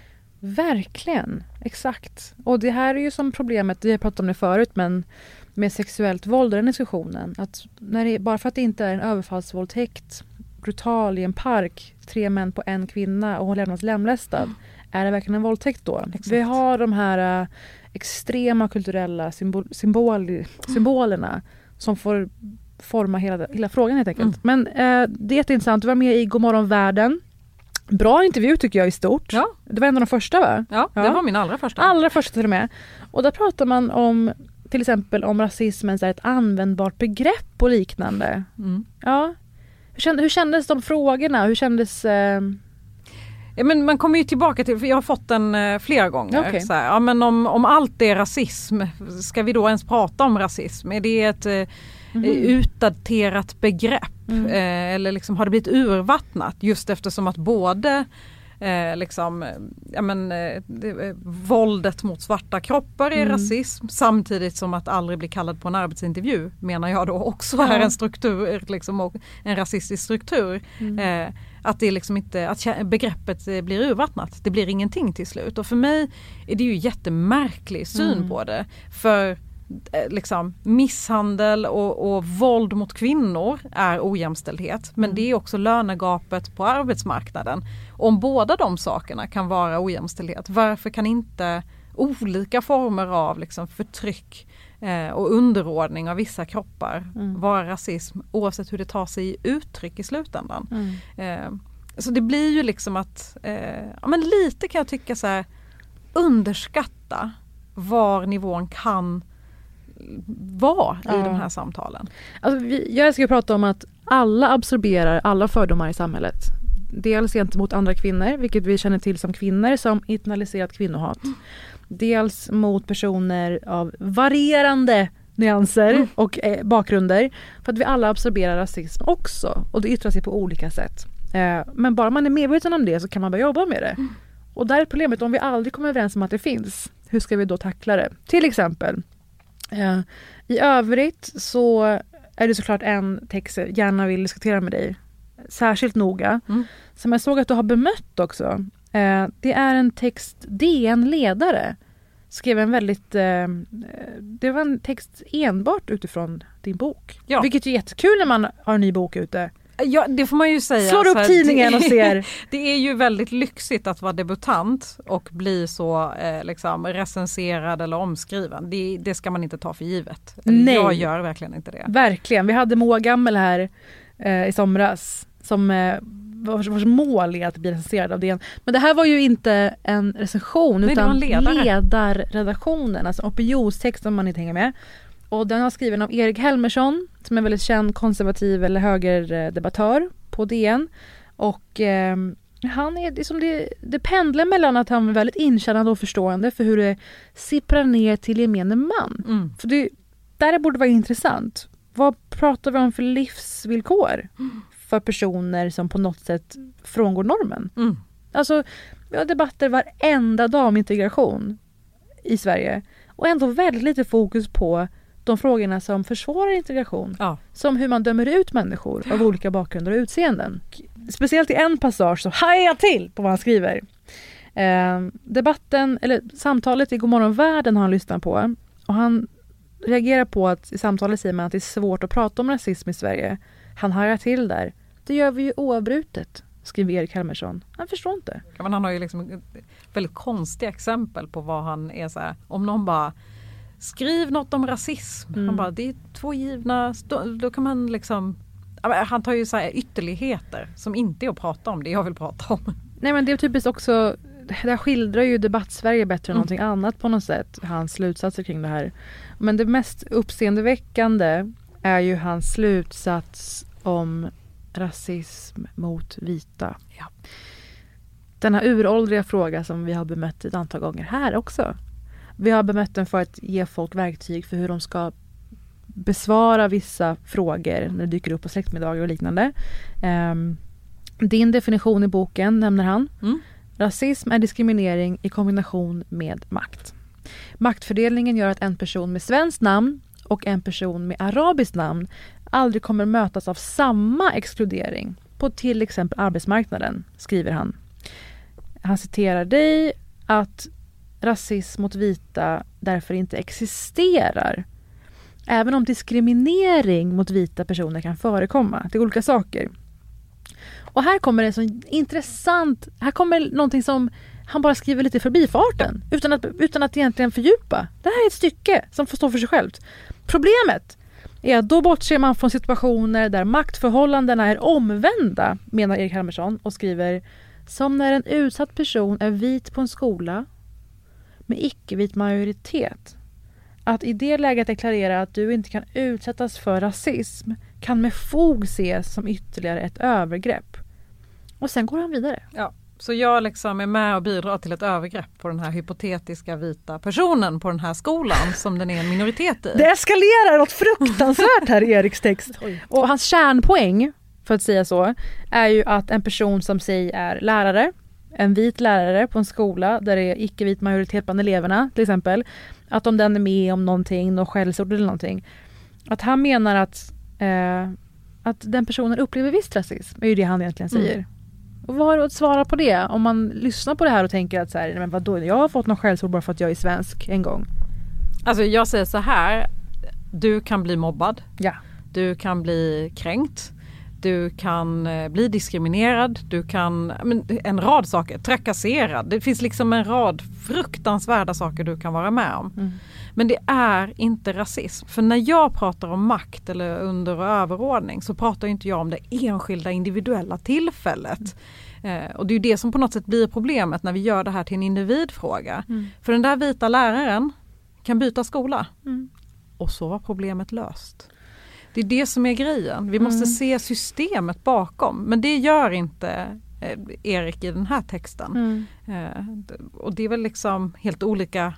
Verkligen, exakt. Och det här är ju som problemet, vi har pratat om det förut, men med sexuellt våld och den diskussionen. Att när det, bara för att det inte är en överfallsvåldtäkt, brutal i en park, tre män på en kvinna och hon lämnas lemlästad, mm. är det verkligen en våldtäkt då? Exakt. Vi har de här äh, extrema kulturella symbol, symbol, symbolerna mm. som får forma hela, hela frågan helt enkelt. Mm. Men äh, det är jätteintressant, du var med i Godmorgon världen. Bra intervju tycker jag i stort. Ja. Det var en av de första, va? Ja, det ja. var min allra första. Allra första till och med. Och där pratar man om till exempel om rasismen så är ett användbart begrepp och liknande. Mm. Ja. Hur, känd, hur kändes de frågorna? Hur kändes... Eh... Ja, men man kommer ju tillbaka till, för jag har fått den eh, flera gånger. Okay. Så här, ja, men om, om allt är rasism, ska vi då ens prata om rasism? Är det ett eh, mm. utdaterat begrepp? Mm. Eh, eller liksom, har det blivit urvattnat? Just eftersom att både eh, liksom, ja, men, eh, det, våldet mot svarta kroppar är mm. rasism, samtidigt som att aldrig bli kallad på en arbetsintervju, menar jag då också ja. är en struktur, liksom, och en rasistisk struktur. Mm. Eh, att det liksom inte, att begreppet blir urvattnat. Det blir ingenting till slut. Och för mig är det ju jättemärklig syn mm. på det. För liksom, misshandel och, och våld mot kvinnor är ojämställdhet. Men mm. det är också lönegapet på arbetsmarknaden. Om båda de sakerna kan vara ojämställdhet, varför kan inte olika former av liksom, förtryck eh, och underordning av vissa kroppar mm. vara rasism, oavsett hur det tar sig i uttryck i slutändan? Mm. Eh, så det blir ju liksom att eh, ja, men lite kan jag tycka så här, underskatta var nivån kan vara ja. i de här samtalen. Alltså, vi, jag ska prata om att alla absorberar alla fördomar i samhället. Dels gentemot andra kvinnor, vilket vi känner till som kvinnor, som internaliserat kvinnohat. Mm. Dels mot personer av varierande nyanser mm. och eh, bakgrunder. För att vi alla absorberar rasism också. Och det yttrar sig på olika sätt. Eh, men bara man är medveten om det så kan man börja jobba med det. Mm. Och där är problemet, om vi aldrig kommer överens om att det finns, hur ska vi då tackla det? Till exempel, eh, i övrigt så är det såklart en text jag gärna vill diskutera med dig. Särskilt noga. Mm. Som jag såg att du har bemött också. Eh, det är en text, D N-ledare skrev en väldigt, eh, det var en text enbart utifrån din bok. Ja. Vilket är jättekul när man har en ny bok ute. Ja, det får man ju säga. Slår upp tidningen det, och ser. Det är ju väldigt lyxigt att vara debutant och bli så eh, liksom recenserad eller omskriven. Det, det ska man inte ta för givet. Nej. Jag gör verkligen inte det. Verkligen. Vi hade Moa Gammel här eh, i somras som eh, vars, vars mål är att bli recenserad av det. Men det här var ju inte en recension. Nej, utan ledarredaktionen, alltså opinionstext som man inte hänger med. Och den har skriven av Erik Helmersson som är väldigt känd konservativ eller högerdebattör på D N. Och eh, han är liksom det, det pendlar mellan att han är väldigt inkännande och förstående för hur det sipprar ner till gemene man. Mm. För det där borde vara intressant. Vad pratar vi om för livsvillkor mm. för personer som på något sätt frångår normen? Mm. Alltså, vi har debatter varenda dag om integration i Sverige. Och ändå väldigt lite fokus på de frågorna som försvårar integration. Ja. Som hur man dömer ut människor ja. av olika bakgrunder och utseenden. Speciellt i en passage så hajar jag till på vad han skriver. Eh, debatten, eller samtalet i Godmorgon världen har han lyssnat på. Och han reagerar på att i samtalet säger man att det är svårt att prata om rasism i Sverige. Han hajar till där. Det gör vi ju oavbrutet, skriver Erik Helmersson. Han förstår inte. Ja, men han har ju liksom väldigt konstiga exempel på vad han är så här. Om någon bara skriv något om rasism. Mm. Han bara, det är två givna, då, då kan man liksom, han tar ju så här ytterligheter som inte är att prata om det jag vill prata om. Nej, men det är typiskt också, det här skildrar ju debatt-Sverige bättre än mm. någonting annat på något sätt, hans slutsatser kring det här. Men det mest uppseendeväckande är ju hans slutsats om rasism mot vita. Ja. Denna uråldriga fråga som vi har bemött ett antal gånger här också. Vi har bemött den för att ge folk verktyg för hur de ska besvara vissa frågor när det dyker upp på släktmiddagar och liknande. Um, din definition i boken nämner han. Mm. Rasism är diskriminering i kombination med makt. Maktfördelningen gör att en person med svenskt namn och en person med arabiskt namn aldrig kommer mötas av samma exkludering på till exempel arbetsmarknaden, skriver han. Han citerar dig att rasism mot vita därför inte existerar. Även om diskriminering mot vita personer kan förekomma. Det är olika saker. Och här kommer det så intressant, här kommer någonting som han bara skriver lite i förbifarten utan att, utan att egentligen fördjupa. Det här är ett stycke som får stå för sig självt. Problemet är att då bortser man från situationer där maktförhållandena är omvända, menar Erik Helmersson, och skriver som när en utsatt person är vit på en skola med icke-vit majoritet. Att i det läget deklarera att du inte kan utsättas för rasism kan med fog ses som ytterligare ett övergrepp. Och sen går han vidare. Ja, så jag liksom är med och bidrar till ett övergrepp på den här hypotetiska vita personen på den här skolan som den är en minoritet i. Det eskalerar något fruktansvärt här i Eriks text. Och hans kärnpoäng, för att säga så, är ju att en person som säger är lärare, en vit lärare på en skola där det är icke-vit majoritet bland eleverna till exempel, att om den är med om någonting, något skällsord eller någonting, att han menar att, eh, att den personen upplever viss rasism, är ju det han egentligen säger. Mm. Och vad har du att svara på det? Om man lyssnar på det här och tänker att så här, men vadå, jag har fått någon skällsord bara för att jag är svensk en gång. Alltså jag säger så här, du kan bli mobbad, ja. Du kan bli kränkt, du kan bli diskriminerad, du kan, men, en rad saker, trakasserad. Det finns liksom en rad fruktansvärda saker du kan vara med om. Mm. Men det är inte rasism. För när jag pratar om makt eller under- och överordning så pratar inte jag om det enskilda individuella tillfället. Mm. Eh, och det är ju det som på något sätt blir problemet när vi gör det här till en individfråga. Mm. För den där vita läraren kan byta skola. Mm. Och så var problemet löst. Det är det som är grejen. Vi måste mm. se systemet bakom. Men det gör inte eh, Erik i den här texten. Mm. Eh, och det är väl liksom helt olika.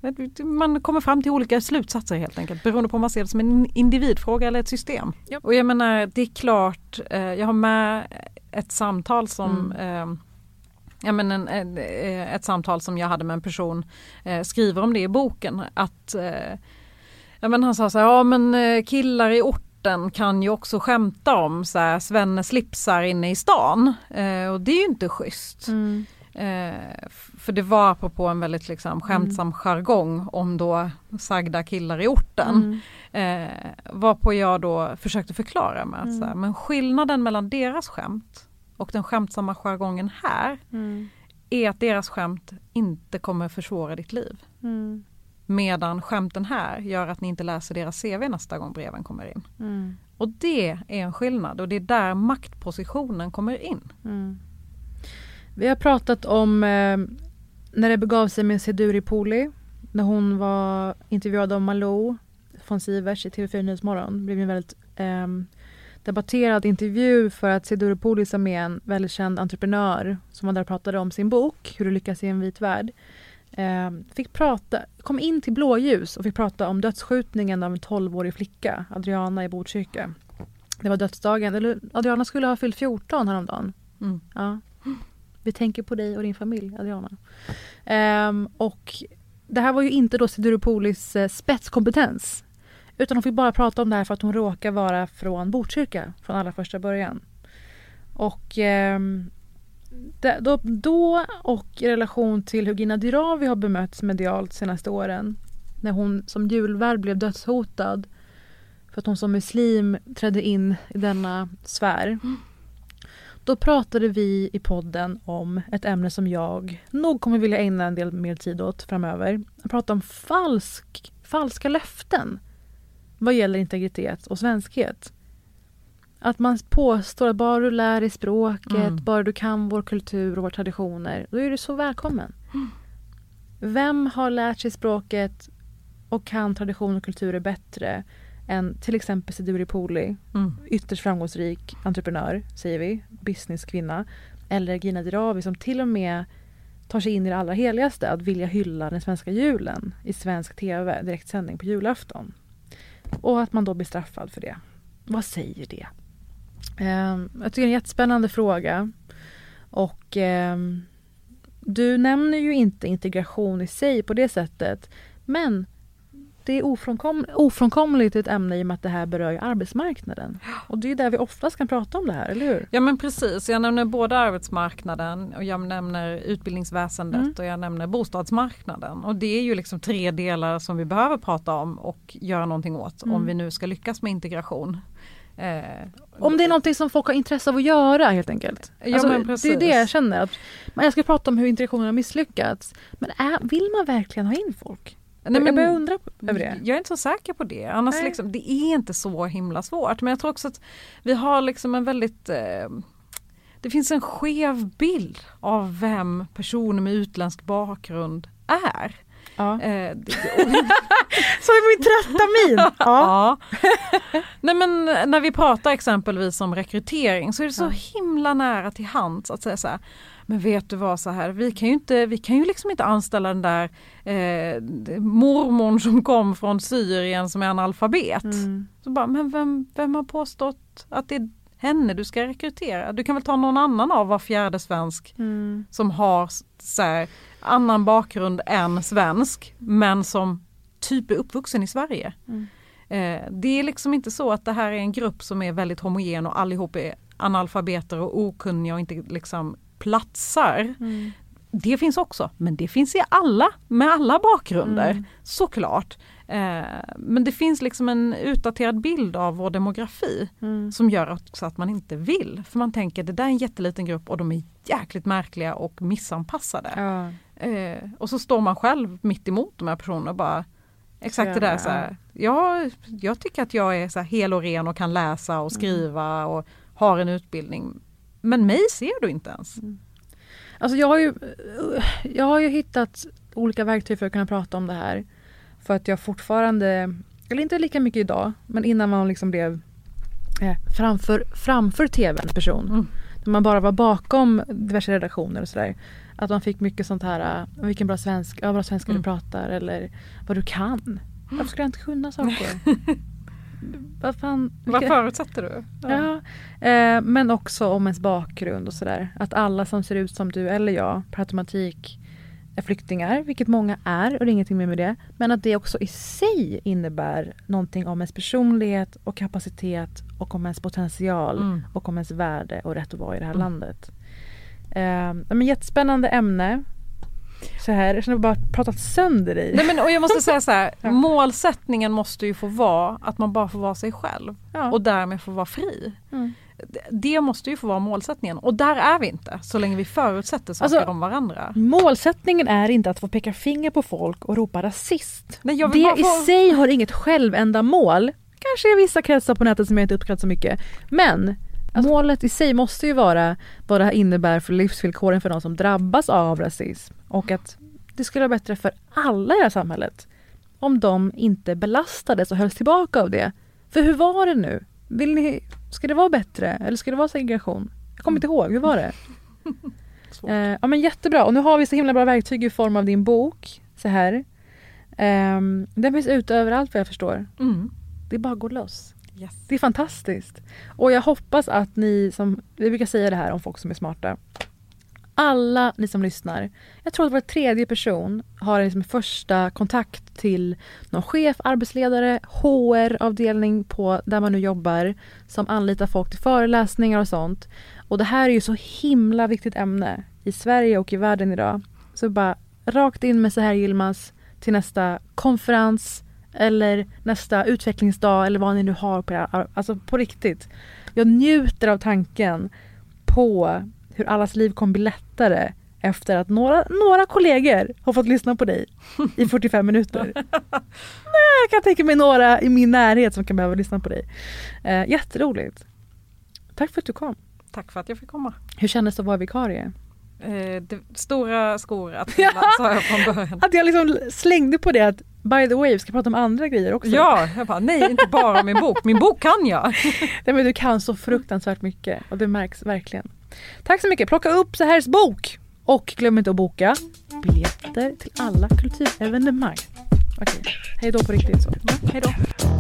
Man kommer fram till olika slutsatser helt enkelt. Beroende på om man ser det som en individfråga eller ett system. Yep. Och jag menar, det är klart. Eh, jag har med ett samtal som... Mm. Eh, Ja, men en, en, ett samtal som jag hade med en person eh, skriver om det i boken. Att eh, ja, men han sa så här, ja men killar i orten kan ju också skämta om så här, Svenne slipsar inne i stan. Eh, och det är ju inte schysst. Mm. Eh, för det var apropå en väldigt liksom, skämtsam mm. jargong om då sagda killar i orten. Mm. Eh, varpå jag då försökte förklara med att mm. så här, men skillnaden mellan deras skämt och den skämtsamma jargongen här mm. är att deras skämt inte kommer försvåra ditt liv. Mm. Medan skämten här gör att ni inte läser deras C V nästa gång breven kommer in. Mm. Och det är en skillnad och det är där maktpositionen kommer in. Mm. Vi har pratat om eh, när det begav sig med Seduri Poli. När hon var intervjuad av Malou från Sivers i T V fyra Nyhetsmorgon. Det blev en väldigt... Eh, debatterad intervju för att Seduri Poli som är en väldigt känd entreprenör som var där och pratade om sin bok Hur du lyckas i en vit värld eh, fick prata, kom in till Blåljus och fick prata om dödsskjutningen av en tolvårig flicka, Adriana i Botkyrka. Det var dödsdagen, eller Adriana skulle ha fyllt fjorton häromdagen. Mm. Ja. Vi tänker på dig och din familj, Adriana. Eh, och det här var ju inte då Seduri Polis eh, spetskompetens. Utan hon fick bara prata om det här för att hon råkar vara från Botkyrka från allra första början. Och eh, då, då och i relation till hur Gina Dirawi har bemötts medialt de senaste åren. När hon som julvärd blev dödshotad för att hon som muslim trädde in i denna sfär. Mm. Då pratade vi i podden om ett ämne som jag nog kommer vilja ägna en del mer tid åt framöver. Jag pratade om falsk falska löften vad gäller integritet och svenskhet. Att man påstår att bara du lär dig språket, mm. bara du kan vår kultur och våra traditioner, då är du så välkommen. Mm. Vem har lärt sig språket och kan tradition och kulturer bättre än till exempel Siduri Poli, mm. ytterst framgångsrik entreprenör, säger vi, businesskvinna, eller Gina Dirawi som till och med tar sig in i det allra heligaste, att vilja hylla den svenska julen i svensk tv, direktsändning på julafton. Och att man då blir straffad för det. Vad säger det? Um, jag tycker det är en jättespännande fråga. Och um, du nämner ju inte integration i sig på det sättet. Men det är ofrånkom- ofrånkomligt ett ämne i och med att det här berör ju arbetsmarknaden. Och det är där vi oftast kan prata om det här, eller hur? Ja men precis, jag nämner både arbetsmarknaden och jag nämner utbildningsväsendet mm. och jag nämner bostadsmarknaden. Och det är ju liksom tre delar som vi behöver prata om och göra någonting åt mm. om vi nu ska lyckas med integration. Eh, om det är någonting som folk har intresse av att göra helt enkelt. Ja, alltså, men precis. Det är det jag känner. Att, jag ska prata om hur integrationen har misslyckats. Men är, vill man verkligen ha in folk? Nej, men, jag börjar undra över det. Jag är inte så säker på det. Annars liksom, det är inte så himla svårt. Men jag tror också att vi har liksom en väldigt... Eh, det finns en skev bild av vem personer med utländsk bakgrund är. Ja. Eh, det, så är min trötta min. Ja. ja. Nej, men när vi pratar exempelvis om rekrytering så är det så ja. himla nära till hands att säga så här. Men vet du vad så här, vi kan ju inte, vi kan ju liksom inte anställa den där eh, mormon som kom från Syrien som är analfabet. Mm. Så bara, men vem, vem har påstått att det är henne du ska rekrytera? Du kan väl ta någon annan av var fjärde svensk mm. som har så här, annan bakgrund än svensk men som typ är uppvuxen i Sverige. Mm. Eh, det är liksom inte så att det här är en grupp som är väldigt homogen och allihop är analfabeter och okunniga och inte liksom platsar. Mm. Det finns också, men det finns i alla, med alla bakgrunder, mm. såklart. Eh, men det finns liksom en utdaterad bild av vår demografi mm. som gör också att man inte vill. För man tänker, det där är en jätteliten grupp och de är jäkligt märkliga och missanpassade. Ja. Eh, och så står man själv mitt emot de här personerna och bara exakt det där så här, jag, jag tycker att jag är så här hel och ren och kan läsa och skriva mm. och har en utbildning. Men mig ser du inte ens. Mm. Alltså jag har ju jag har ju hittat olika verktyg för att kunna prata om det här. För att jag fortfarande, eller inte lika mycket idag, men innan man liksom blev eh, framför, framför tvn person. Mm. När man bara var bakom diverse redaktioner och sådär. Att man fick mycket sånt här, vilken bra svensk, ja, bra svenska mm. du pratar eller vad du kan. Varför ska jag inte kunna saker? Vad fan, vad förutsätter du? Ja, ja eh, men också om ens bakgrund och sådär. Att alla som ser ut som du eller jag per automatik är flyktingar, vilket många är och det är ingenting mer med det. Men att det också i sig innebär någonting om ens personlighet och kapacitet och om ens potential mm. och om ens värde och rätt att vara i det här mm. landet. Eh, men jättespännande ämne. Så här, jag känner bara pratat sönder dig. Nej, men, och jag måste säga så här, ja. målsättningen måste ju få vara att man bara får vara sig själv ja. och därmed får vara fri. Mm. Det måste ju få vara målsättningen och där är vi inte så länge vi förutsätter saker alltså, om varandra. Målsättningen är inte att få peka finger på folk och ropa rasist. Nej, jag det bara få... i sig har inget självändamål. Kanske i vissa kretsar på nätet som jag inte uppskattar så mycket. Men alltså, målet i sig måste ju vara vad det här innebär för livsvillkoren för de som drabbas av rasism. Och att det skulle vara bättre för alla i det här samhället om de inte belastades och hölls tillbaka av det. För hur var det nu? Vill ni, ska det vara bättre? Eller ska det vara segregation? Jag kommer inte ihåg, hur var det? eh, ja men jättebra. Och nu har vi så himla bra verktyg i form av din bok. Så här. Eh, den finns ute överallt vad jag förstår. Mm. Det är bara att gå loss. Yes. Det är fantastiskt. Och jag hoppas att ni som, vi brukar säga det här om folk som är smarta. Alla ni som lyssnar, jag tror att var tredje person har en liksom första kontakt till någon chef, arbetsledare, H R-avdelning på där man nu jobbar som anlitar folk till föreläsningar och sånt. Och det här är ju så himla viktigt ämne i Sverige och i världen idag. Så bara rakt in med så här Yilmaz till nästa konferens eller nästa utvecklingsdag eller vad ni nu har på det, alltså på riktigt. Jag njuter av tanken på hur allas liv kommer bli lättare efter att några, några kollegor har fått lyssna på dig i fyrtiofem minuter. Nej, jag kan tänka mig några i min närhet som kan behöva lyssna på dig. Eh, jätteroligt. Tack för att du kom. Tack för att jag fick komma. Hur kändes det att vara vikarie? Eh, det, stora skor att fylla, sa jag från början. Att jag liksom slängde på det att by the way, vi ska prata om andra grejer också. Ja, jag bara, nej, inte bara min bok. Min bok kan jag. Nej, men du kan så fruktansvärt mycket och det märks verkligen. Tack så mycket. Plocka upp Sahers bok och glöm inte att boka biljetter till alla kulturevenemang. Okej, hej då på riktigt så. Ja, hej då.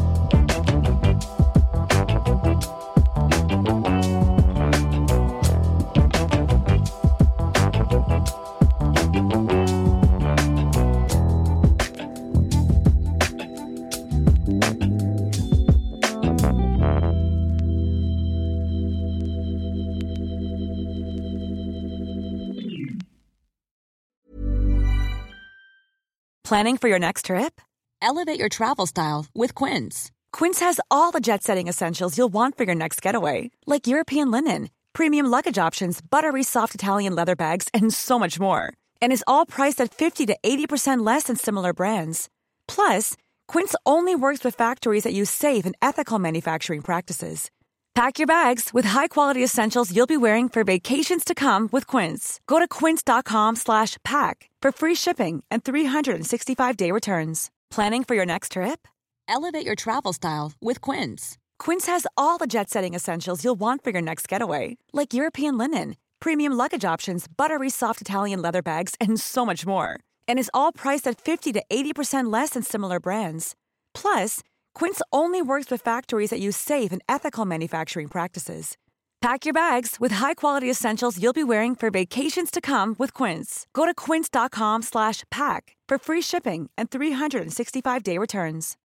Planning for your next trip? Elevate your travel style with Quince. Quince has all the jet-setting essentials you'll want for your next getaway, like European linen, premium luggage options, buttery soft Italian leather bags, and so much more. And is all priced at fifty to eighty percent less than similar brands. Plus, Quince only works with factories that use safe and ethical manufacturing practices. Pack your bags with high-quality essentials you'll be wearing for vacations to come with Quince. Go to quince.com slash pack for free shipping and three sixty-five day returns. Planning for your next trip? Elevate your travel style with Quince. Quince has all the jet-setting essentials you'll want for your next getaway, like European linen, premium luggage options, buttery soft Italian leather bags, and so much more. And is all priced at fifty to eighty percent less than similar brands. Plus, Quince only works with factories that use safe and ethical manufacturing practices. Pack your bags with high-quality essentials you'll be wearing for vacations to come with Quince. Go to quince.com slash pack for free shipping and three sixty-five day returns.